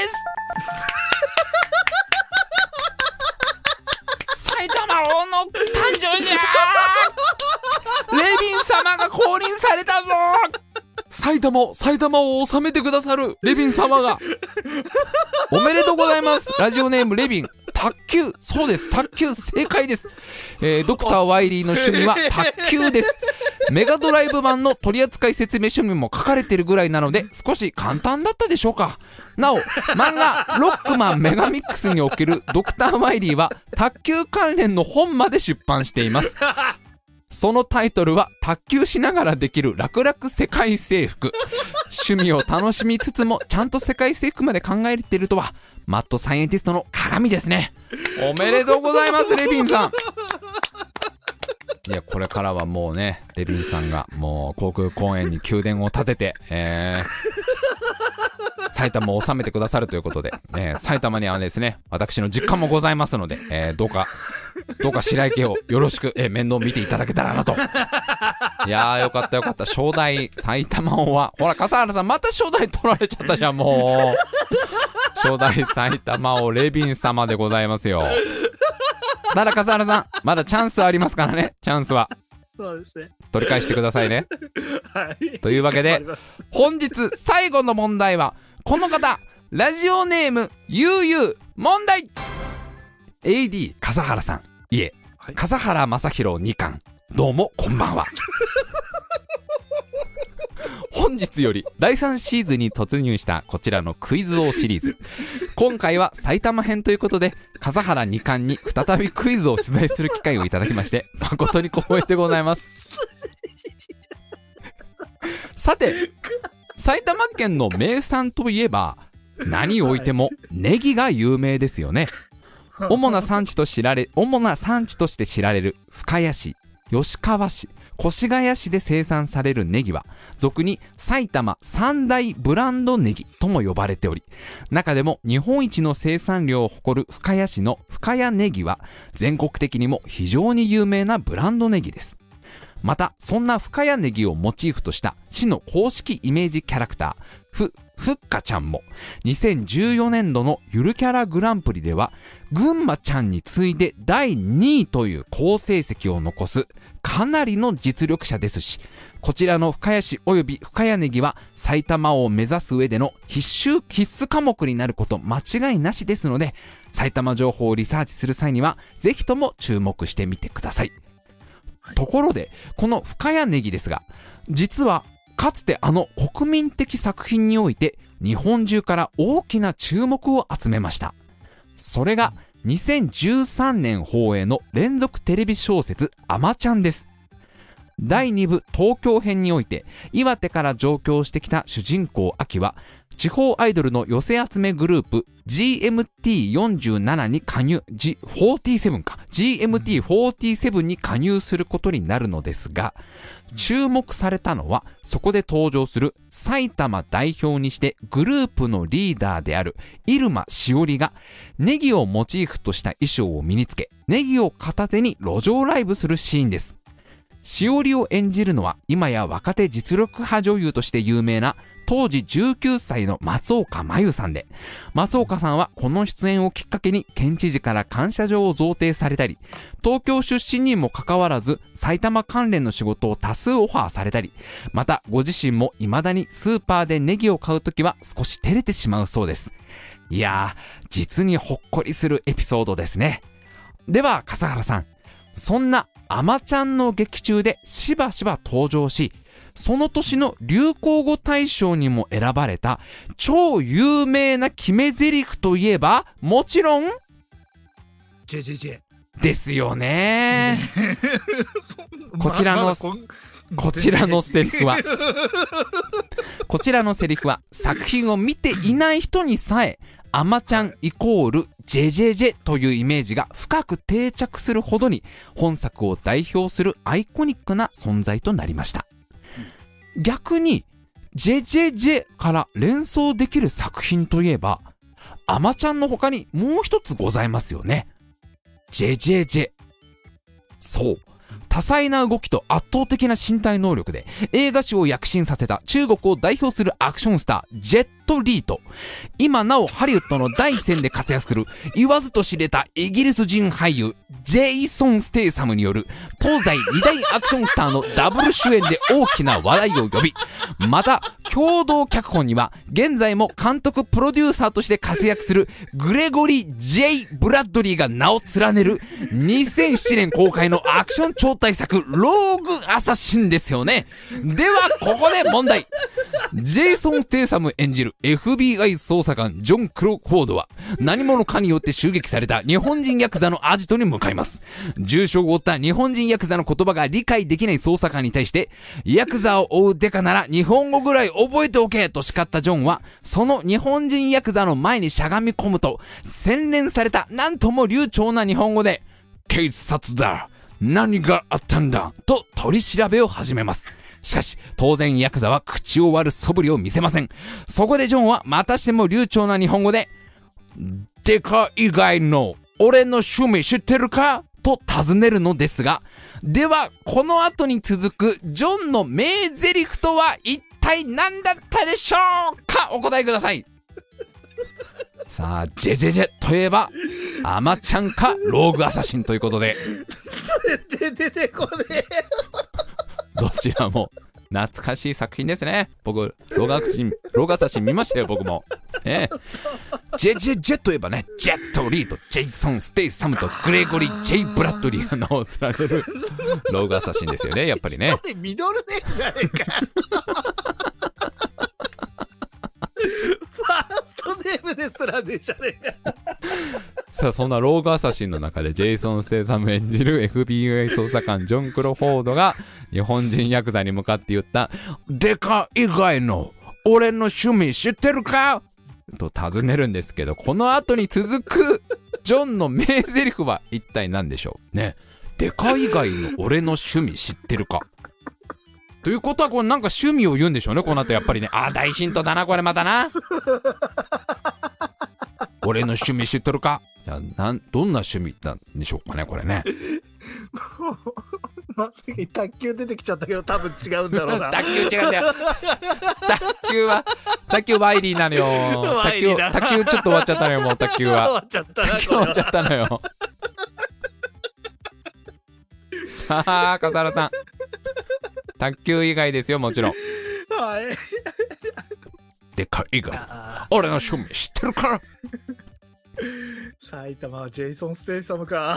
埼玉王の誕生じゃー。レビン様が降臨されたぞ。埼玉を治めてくださるレビン様がおめでとうございます。ラジオネームレビン、卓球、そうです、卓球正解です。ドクター・ワイリーの趣味は卓球です。メガドライブ版の取扱説明書にも書かれているぐらいなので少し簡単だったでしょうか。なお漫画ロックマンメガミックスにおけるドクター・ワイリーは卓球関連の本まで出版しています。そのタイトルは卓球しながらできる楽々世界征服。趣味を楽しみつつもちゃんと世界征服まで考えているとはマッドサイエンティストの鏡ですね。おめでとうございますレビンさん。いやこれからはもうねレビンさんがもう航空公園に宮殿を建てて、埼玉を治めてくださるということで、埼玉にはですね私の実家もございますので、どうか白井家をよろしく、面倒見ていただけたらなと。いやーよかった初代埼玉王はほら笠原さんまた初代取られちゃったじゃん。もう初代埼玉王レビン様でございますよ。ただ笠原さんまだチャンスありますからね。チャンスはそうですね、 取り返してくださいね。 はい、 というわけで本日最後の問題はこの方、ラジオネームゆうゆう問題。 AD 笠原さん、いえ、はい、笠原正宏2巻どうもこんばんは。本日より第3シーズンに突入したこちらのクイズ王シリーズ。 今回は埼玉編ということで、笠原二冠に再びクイズを取材する機会をいただきまして誠に光栄でございます。さて、埼玉県の名産といえば何を置いてもネギが有名ですよね。主な産地として知られる深谷市、吉川市、越谷市で生産されるネギは俗に埼玉三大ブランドネギとも呼ばれており、中でも日本一の生産量を誇る深谷市の深谷ネギは全国的にも非常に有名なブランドネギです。またそんな深谷ネギをモチーフとした市の公式イメージキャラクターふっかちゃんも2014年度のゆるキャラグランプリではぐんまちゃんに次いで第2位という好成績を残すかなりの実力者ですし、こちらの深谷市及び深谷ネギは埼玉を目指す上での必須科目になること間違いなしですので、埼玉情報をリサーチする際にはぜひとも注目してみてください。ところでこの深谷ネギですが、実はかつて国民的作品において日本中から大きな注目を集めました。それが2013年放映の連続テレビ小説あまちゃんです。第2部東京編において岩手から上京してきた主人公アキは地方アイドルの寄せ集めグループ GMT47 に加入 GMT47 に加入することになるのですが、注目されたのはそこで登場する埼玉代表にしてグループのリーダーである入間しおりがネギをモチーフとした衣装を身につけ、ネギを片手に路上ライブするシーンです。しおりを演じるのは今や若手実力派女優として有名な当時19歳の松岡真優さんで、松岡さんはこの出演をきっかけに県知事から感謝状を贈呈されたり、東京出身にもかかわらず埼玉関連の仕事を多数オファーされたり、またご自身も未だにスーパーでネギを買うときは少し照れてしまうそうです。いやー、実にほっこりするエピソードですね。では笠原さん、そんなあまちゃんの劇中でしばしば登場し、その年の流行語大賞にも選ばれた超有名な決め台詞といえば、もちろん JJJ ですよね。こちらのセリフは作品を見ていない人にさえあまちゃんイコール JJJ というイメージが深く定着するほどに本作を代表するアイコニックな存在となりました。逆に JJJ から連想できる作品といえばあまちゃんの他にもう一つございますよね。 JJJ、 そう、多彩な動きと圧倒的な身体能力で映画史を躍進させた中国を代表するアクションスタージェットリーと、今なおハリウッドの第一線で活躍する言わずと知れたイギリス人俳優ジェイソン・ステイサムによる東西2大アクションスターのダブル主演で大きな話題を呼び、また共同脚本には現在も監督プロデューサーとして活躍するグレゴリー・ジェイ・ブラッドリーが名を連ねる2007年公開のアクション超大作ローグアサシンですよね。ではここで問題。ジェイソン・ステイサム演じる FBI 捜査官ジョン・クロフォードは何者かによって襲撃された日本人ヤクザのアジトに向かいます。重傷を負った日本人ヤクザの言葉が理解できない捜査官に対して、ヤクザを追うデカなら日本語ぐらい覚えておけと叱ったジョンは、その日本人ヤクザの前にしゃがみ込むと洗練されたなんとも流暢な日本語で、警察だ、何があったんだと取り調べを始めます。しかし当然ヤクザは口を割る素振りを見せません。そこでジョンはまたしても流暢な日本語で、デカ以外の俺の趣味知ってるかと尋ねるのですが、ではこの後に続くジョンの名台詞とは一体何だったでしょうか。お答えください。さあ、ジェジェジェといえばアマちゃんかローグアサシンということで、 出てこねどちらも懐かしい作品ですね。僕ローグアサシン見ましたよ、僕も。ジェジェジェといえばね、ジェットリーとジェイソン・ステイサムとグレゴリー・ジェイ・ブラッドリーが名を連ねるローグアサシンですよね、やっぱりね。 それミドルネームじゃねえか。ファーストネーム犬ですらねじゃねえか。 さあ、そんなローグアサシンの中でジェイソン・ステイサム演じる FBI 捜査官ジョン・クロフォードが日本人ヤクザに向かって言った、デカ以外の俺の趣味知ってるかと尋ねるんですけど、この後に続くジョンの名台詞は一体何でしょうね。デカ以外の俺の趣味知ってるかということは、これなんか趣味を言うんでしょうね、この後やっぱりね。大ヒントだなこれまたな。俺の趣味知ってるか。じゃあどんな趣味なんでしょうかね、これね。 まさに卓球出てきちゃったけど多分違うんだろうな。 卓球違うんだよ。卓球ワイリーなのよ。卓球ちょっと終わっちゃったのよ、もう卓球は。 終わっちゃったのよ。さあ、笠原さん。卓球以外ですよ、もちろん。 はい。 でかいが俺の趣味知ってるから。 埼玉はジェイソン・ステイサムか。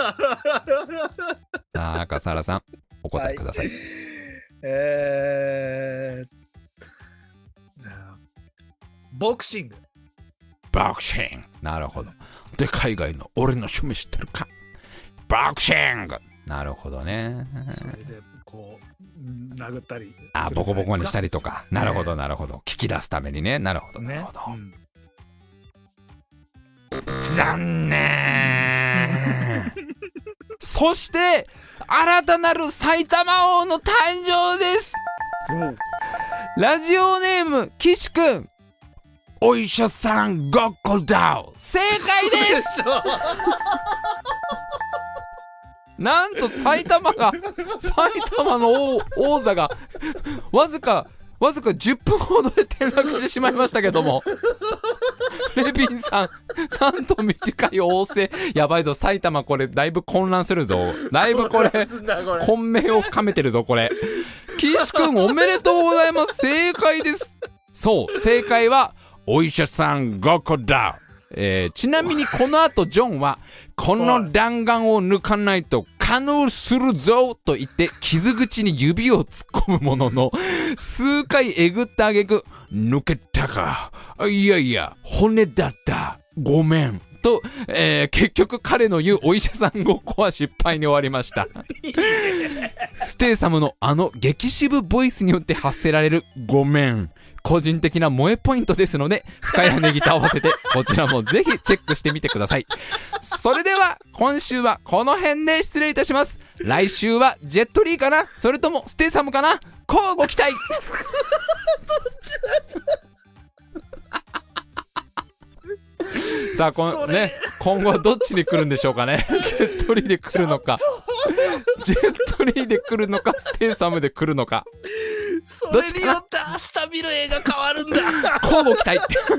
さあ、笠原さんお答えください。 ボクシング。 なるほど。で海外の俺の趣味知ってるか。ボクシング。なるほどね。 それでこう殴ったり、 ボコボコにしたりとか。なるほど。聞き出すためにね。なるほど。残念。そして新たなる埼玉王の誕生です。ラジオネーム岸くん、お医者さんごっこだ。正解ですなんと埼玉の王座がわずか10分ほどで転落してしまいましたけども、レビンさんなんと短い仰せ。やばいぞ、埼玉これだいぶ混乱するぞ。だいぶこれ混迷を深めてるぞこれ。岸くんおめでとうございます。正解です。そう、正解はお医者さんごっこだ。ちなみにこの後ジョンはこの弾丸を抜かないとカヌーするぞと言って傷口に指を突っ込むものの、数回えぐった挙句抜けたか、いやいや骨だったごめんと、結局彼の言うお医者さんごっこは失敗に終わりましたステイサムの激渋ボイスによって発せられるごめん、個人的な萌えポイントですので、深谷ネギと合わせてこちらもぜひチェックしてみてください。それでは今週はこの辺で失礼いたします。来週はジェットリーかな、それともステイサムかな、乞うご期待さあ今後はどっちに来るんでしょうかね。ジェットリーで来るのか、ジェットリーで来るのか、ステイサムで来るのか、 それによって明日見る映画変わるんだ。 乞うご期待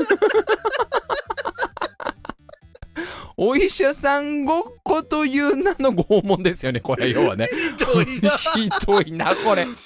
お医者さんごっこという名の拷問ですよね、これ。要はね、ひどいなこれ。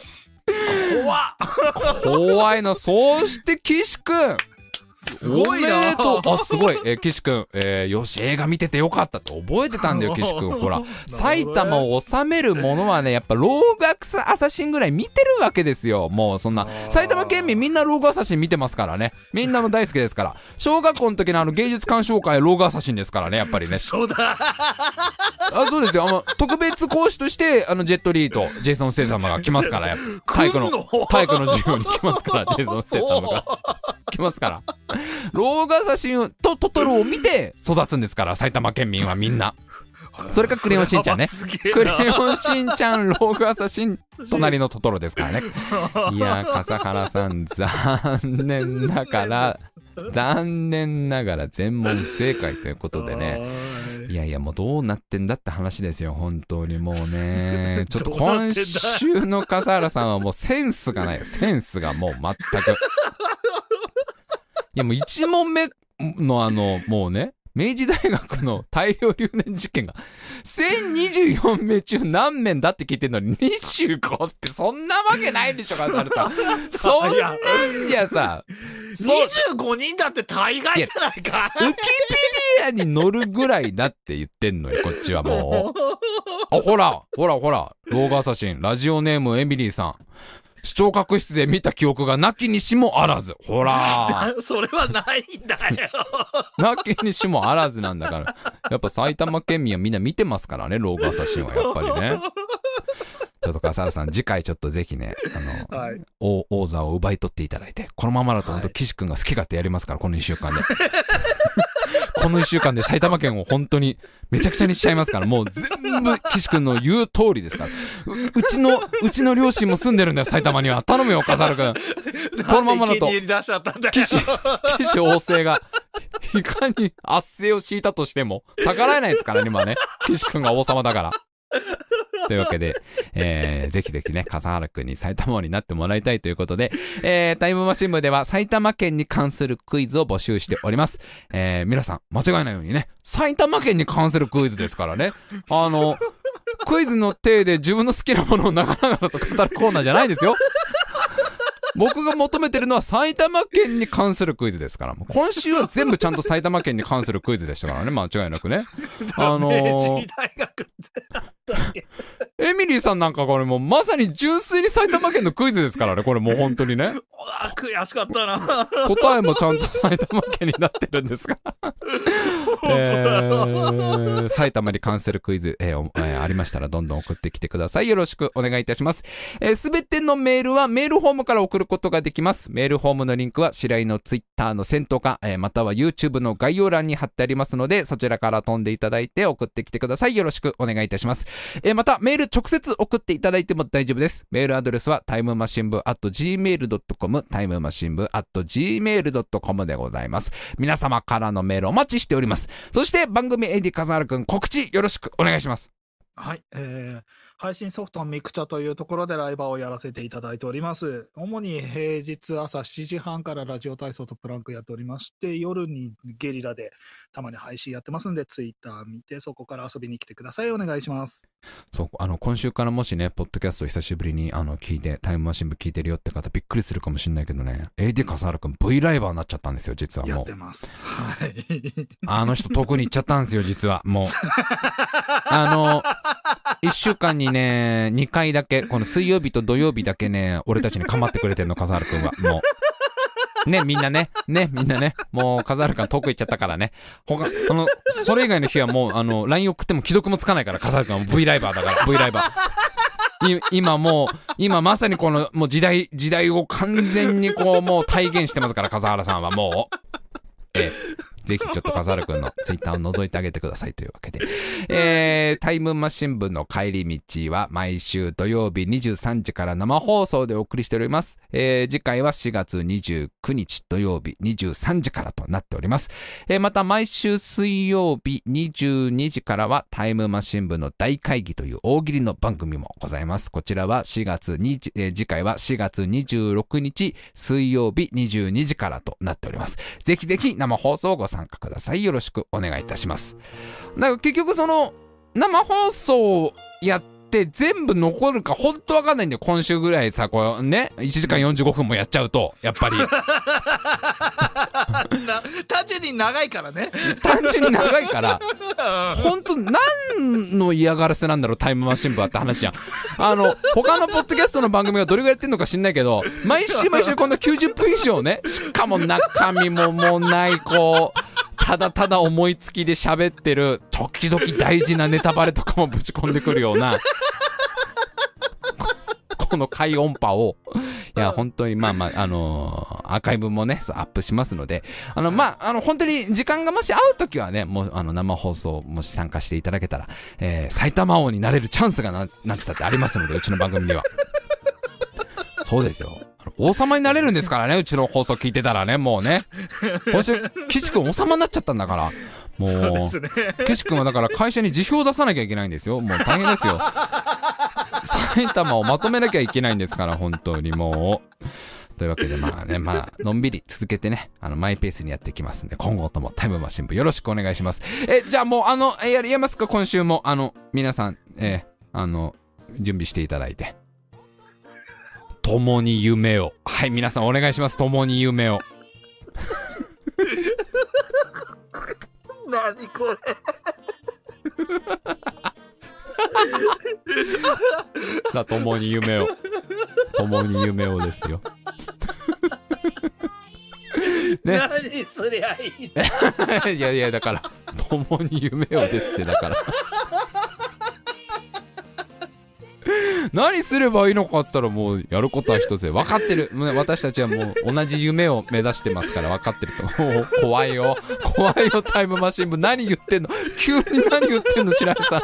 怖いな。そして岸くんすごいな。 おめでとう。すごい。岸くん、よし映画見ててよかったと覚えてたんだよ岸くん。ほら埼玉を治めるものはね、やっぱローグアサシンぐらい見てるわけですよ。もうそんな埼玉県民みんなローグアサシン見てますからね。みんなの大好きですから。小学校の時の芸術鑑賞会ローグアサシンですからね、やっぱりね。 そうだそうですよ。特別講師としてジェットリーとジェイソン・ステイサムが来ますから、体育の授業に来ますからジェイソン・ステイサムが来ますから。ローグアサシンとトトロを見て育つんですから、埼玉県民はみんな。それかクレヨンしんちゃんね。クレヨンしんちゃん、ローグアサシン、隣のトトロですからね。いや笠原さん残念ながら全問不正解ということでね。いやもうどうなってんだって話ですよ本当に。もうねちょっと今週の笠原さんはもうセンスがないよ。センスがもう全く。いやもう1問目のもうね、明治大学の大量留年事件が1024名中何名だって聞いてるのに25ってそんなわけないでしょ笠原さん。そんなんじゃさ 25人だって大概じゃないか。 ウキペディアに載るぐらいだって言ってんのよこっちはもう。ほらローグアサシンラジオネームエミリーさん、 視聴覚室で見た記憶がなきにしもあらず。ほらそれはないんだよ。 なきにしもあらずなんだから。やっぱ埼玉県民はみんな見てますからね、ローグアサシンはやっぱりね。ちょっと笠原さん、次回ちょっとぜひね、 はい、 王座を奪い取っていただいて、このままだと本当岸くんが好き勝手やりますから、この1週間で。この1週間で埼玉県を本当にめちゃくちゃにしちゃいますから、もう全部岸くんの言う通りですから。うちの両親も住んでるんだよ、埼玉には。頼むよ、笠原くん。このままだと、岸王政が、いかに圧政を敷いたとしても、逆らえないですからね、今ね。岸くんが王様だから。というわけで、ぜひぜひね、笠原くんに埼玉王になってもらいたいということで、タイムマシン部では埼玉県に関するクイズを募集しております。皆さん、間違いないようにね、埼玉県に関するクイズですからね。クイズの体で自分の好きなものを長々と語るコーナーじゃないですよ。僕が求めてるのは埼玉県に関するクイズですから。今週は全部ちゃんと埼玉県に関するクイズでしたからね、間違いなくね。 明治大学ってあったっけ。 エミリーさんなんかこれもうまさに純粋に埼玉県のクイズですからね、これもう本当にね。 悔しかったな。 答えもちゃんと埼玉県になってるんですが。埼玉に関するクイズ、ありましたらどんどん送ってきてください。よろしくお願いいたします。すべてのメールはメールフォームから送ることができます。メールフォームのリンクは白井のツイッターの先頭か、または YouTube の概要欄に貼ってありますので、そちらから飛んでいただいて送ってきてください。よろしくお願いいたします。またメール直接送っていただいても大丈夫です。メールアドレスはタイムマシン部 @gmail.com タイムマシン部 @gmail.com でございます。皆様からのメールお待ちしております。そして番組 AD 笠原くん告知よろしくお願いします。 はい、配信ソフトミクチャというところでライバーをやらせていただいております。主に平日朝7時半からラジオ体操とプランクやっておりまして、夜にゲリラでたまに配信やってますんで、ツイッター見てそこから遊びに来てください。お願いします。 そう、今週からもしね、ポッドキャスト久しぶりに聞いて、タイムマシン部聞いてるよって方びっくりするかもしれないけどね、AD 笠原くん V ライバーになっちゃったんですよ、実はもう。 やってます。はい。 あの人遠くに行っちゃったんですよ、実は。もう。1週間にね、2回だけ、この水曜日と土曜日だけね、俺たちに構ってくれてるの、笠原くんは。もう。ね、みんなね、もう、笠原くん遠く行っちゃったからね。それ以外の日はもう、LINE 送っても既読もつかないから、笠原くんは V ライバーだから、V ライバー。今まさにこの、もう時代を完全にこう、もう体現してますから、笠原さんはもう。ぜひちょっと笠原くんのツイッターを覗いてあげてくださいというわけで、タイムマシン部の帰り道は毎週土曜日23時から生放送でお送りしております。次回は4月29日土曜日23時からとなっております。また毎週水曜日22時からはタイムマシン部の大会議という大喜利の番組もございます。こちらは次回は4月26日水曜日22時からとなっております。ぜひぜひ生放送をご参加ください。よろしくお願いいたします。だから結局その生放送やって全部残るかほんとわかんないんだよ。今週ぐらいさ、こうね、1時間45分もやっちゃうと、やっぱり。 単純に長いからね。 単純に長いから、ほんと何の嫌がらせなんだろう、タイムマシン部はって話じゃん。他のポッドキャストの番組がどれぐらいやってんのか知んないけど、毎週こんな90分以上ね、しかも中身ももうない、こう、ただただ思いつきで喋ってる、時々大事なネタバレとかもぶち込んでくるような、この回音波を、いや、本当に、アーカイブもね、アップしますので、本当に時間がもし合うときはね、もう、生放送、もし参加していただけたら、埼玉王になれるチャンスがなんてたってありますので、うちの番組には。そうですよ。王様になれるんですからね、うちの放送聞いてたらね、もうね。今週、岸くん王様になっちゃったんだから、もう、岸くんはだから会社に辞表を出さなきゃいけないんですよ。もう大変ですよ。埼玉をまとめなきゃいけないんですから、本当にもう。というわけで、のんびり続けてね、マイペースにやっていきますんで、今後ともタイムマシン部よろしくお願いします。じゃあもう、やりますか、今週も、皆さん、準備していただいて。共に夢を。はい、皆さんお願いします。共に夢を。 何これ。 さあ、共に夢を。 共に夢をですよ。 ね、何すりゃいいいやいや、だから共に夢をですって。だから何すればいいのかっつったら、もうやることは一つで分かってる。私たちはもう同じ夢を目指してますから分かってると。もう怖いよタイムマシン部。何言ってんの、急に何言ってんの白井さん。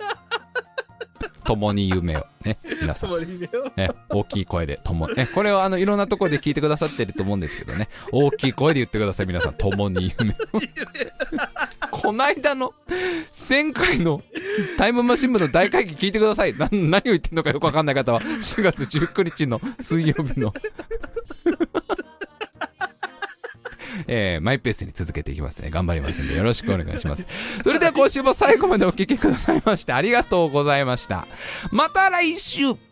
共に夢をね、皆さん、大きい声でこれをいろんなところで聞いてくださってると思うんですけどね、大きい声で言ってください皆さん。共に夢をこないだの1000回のタイムマシン部の大会議聞いてください。何を言ってんのかよくわかんない方は4月19日の水曜日のマイペースに続けていきますね。頑張りますんでよろしくお願いします。それでは今週も最後までお聞きくださいましてありがとうございました。また来週。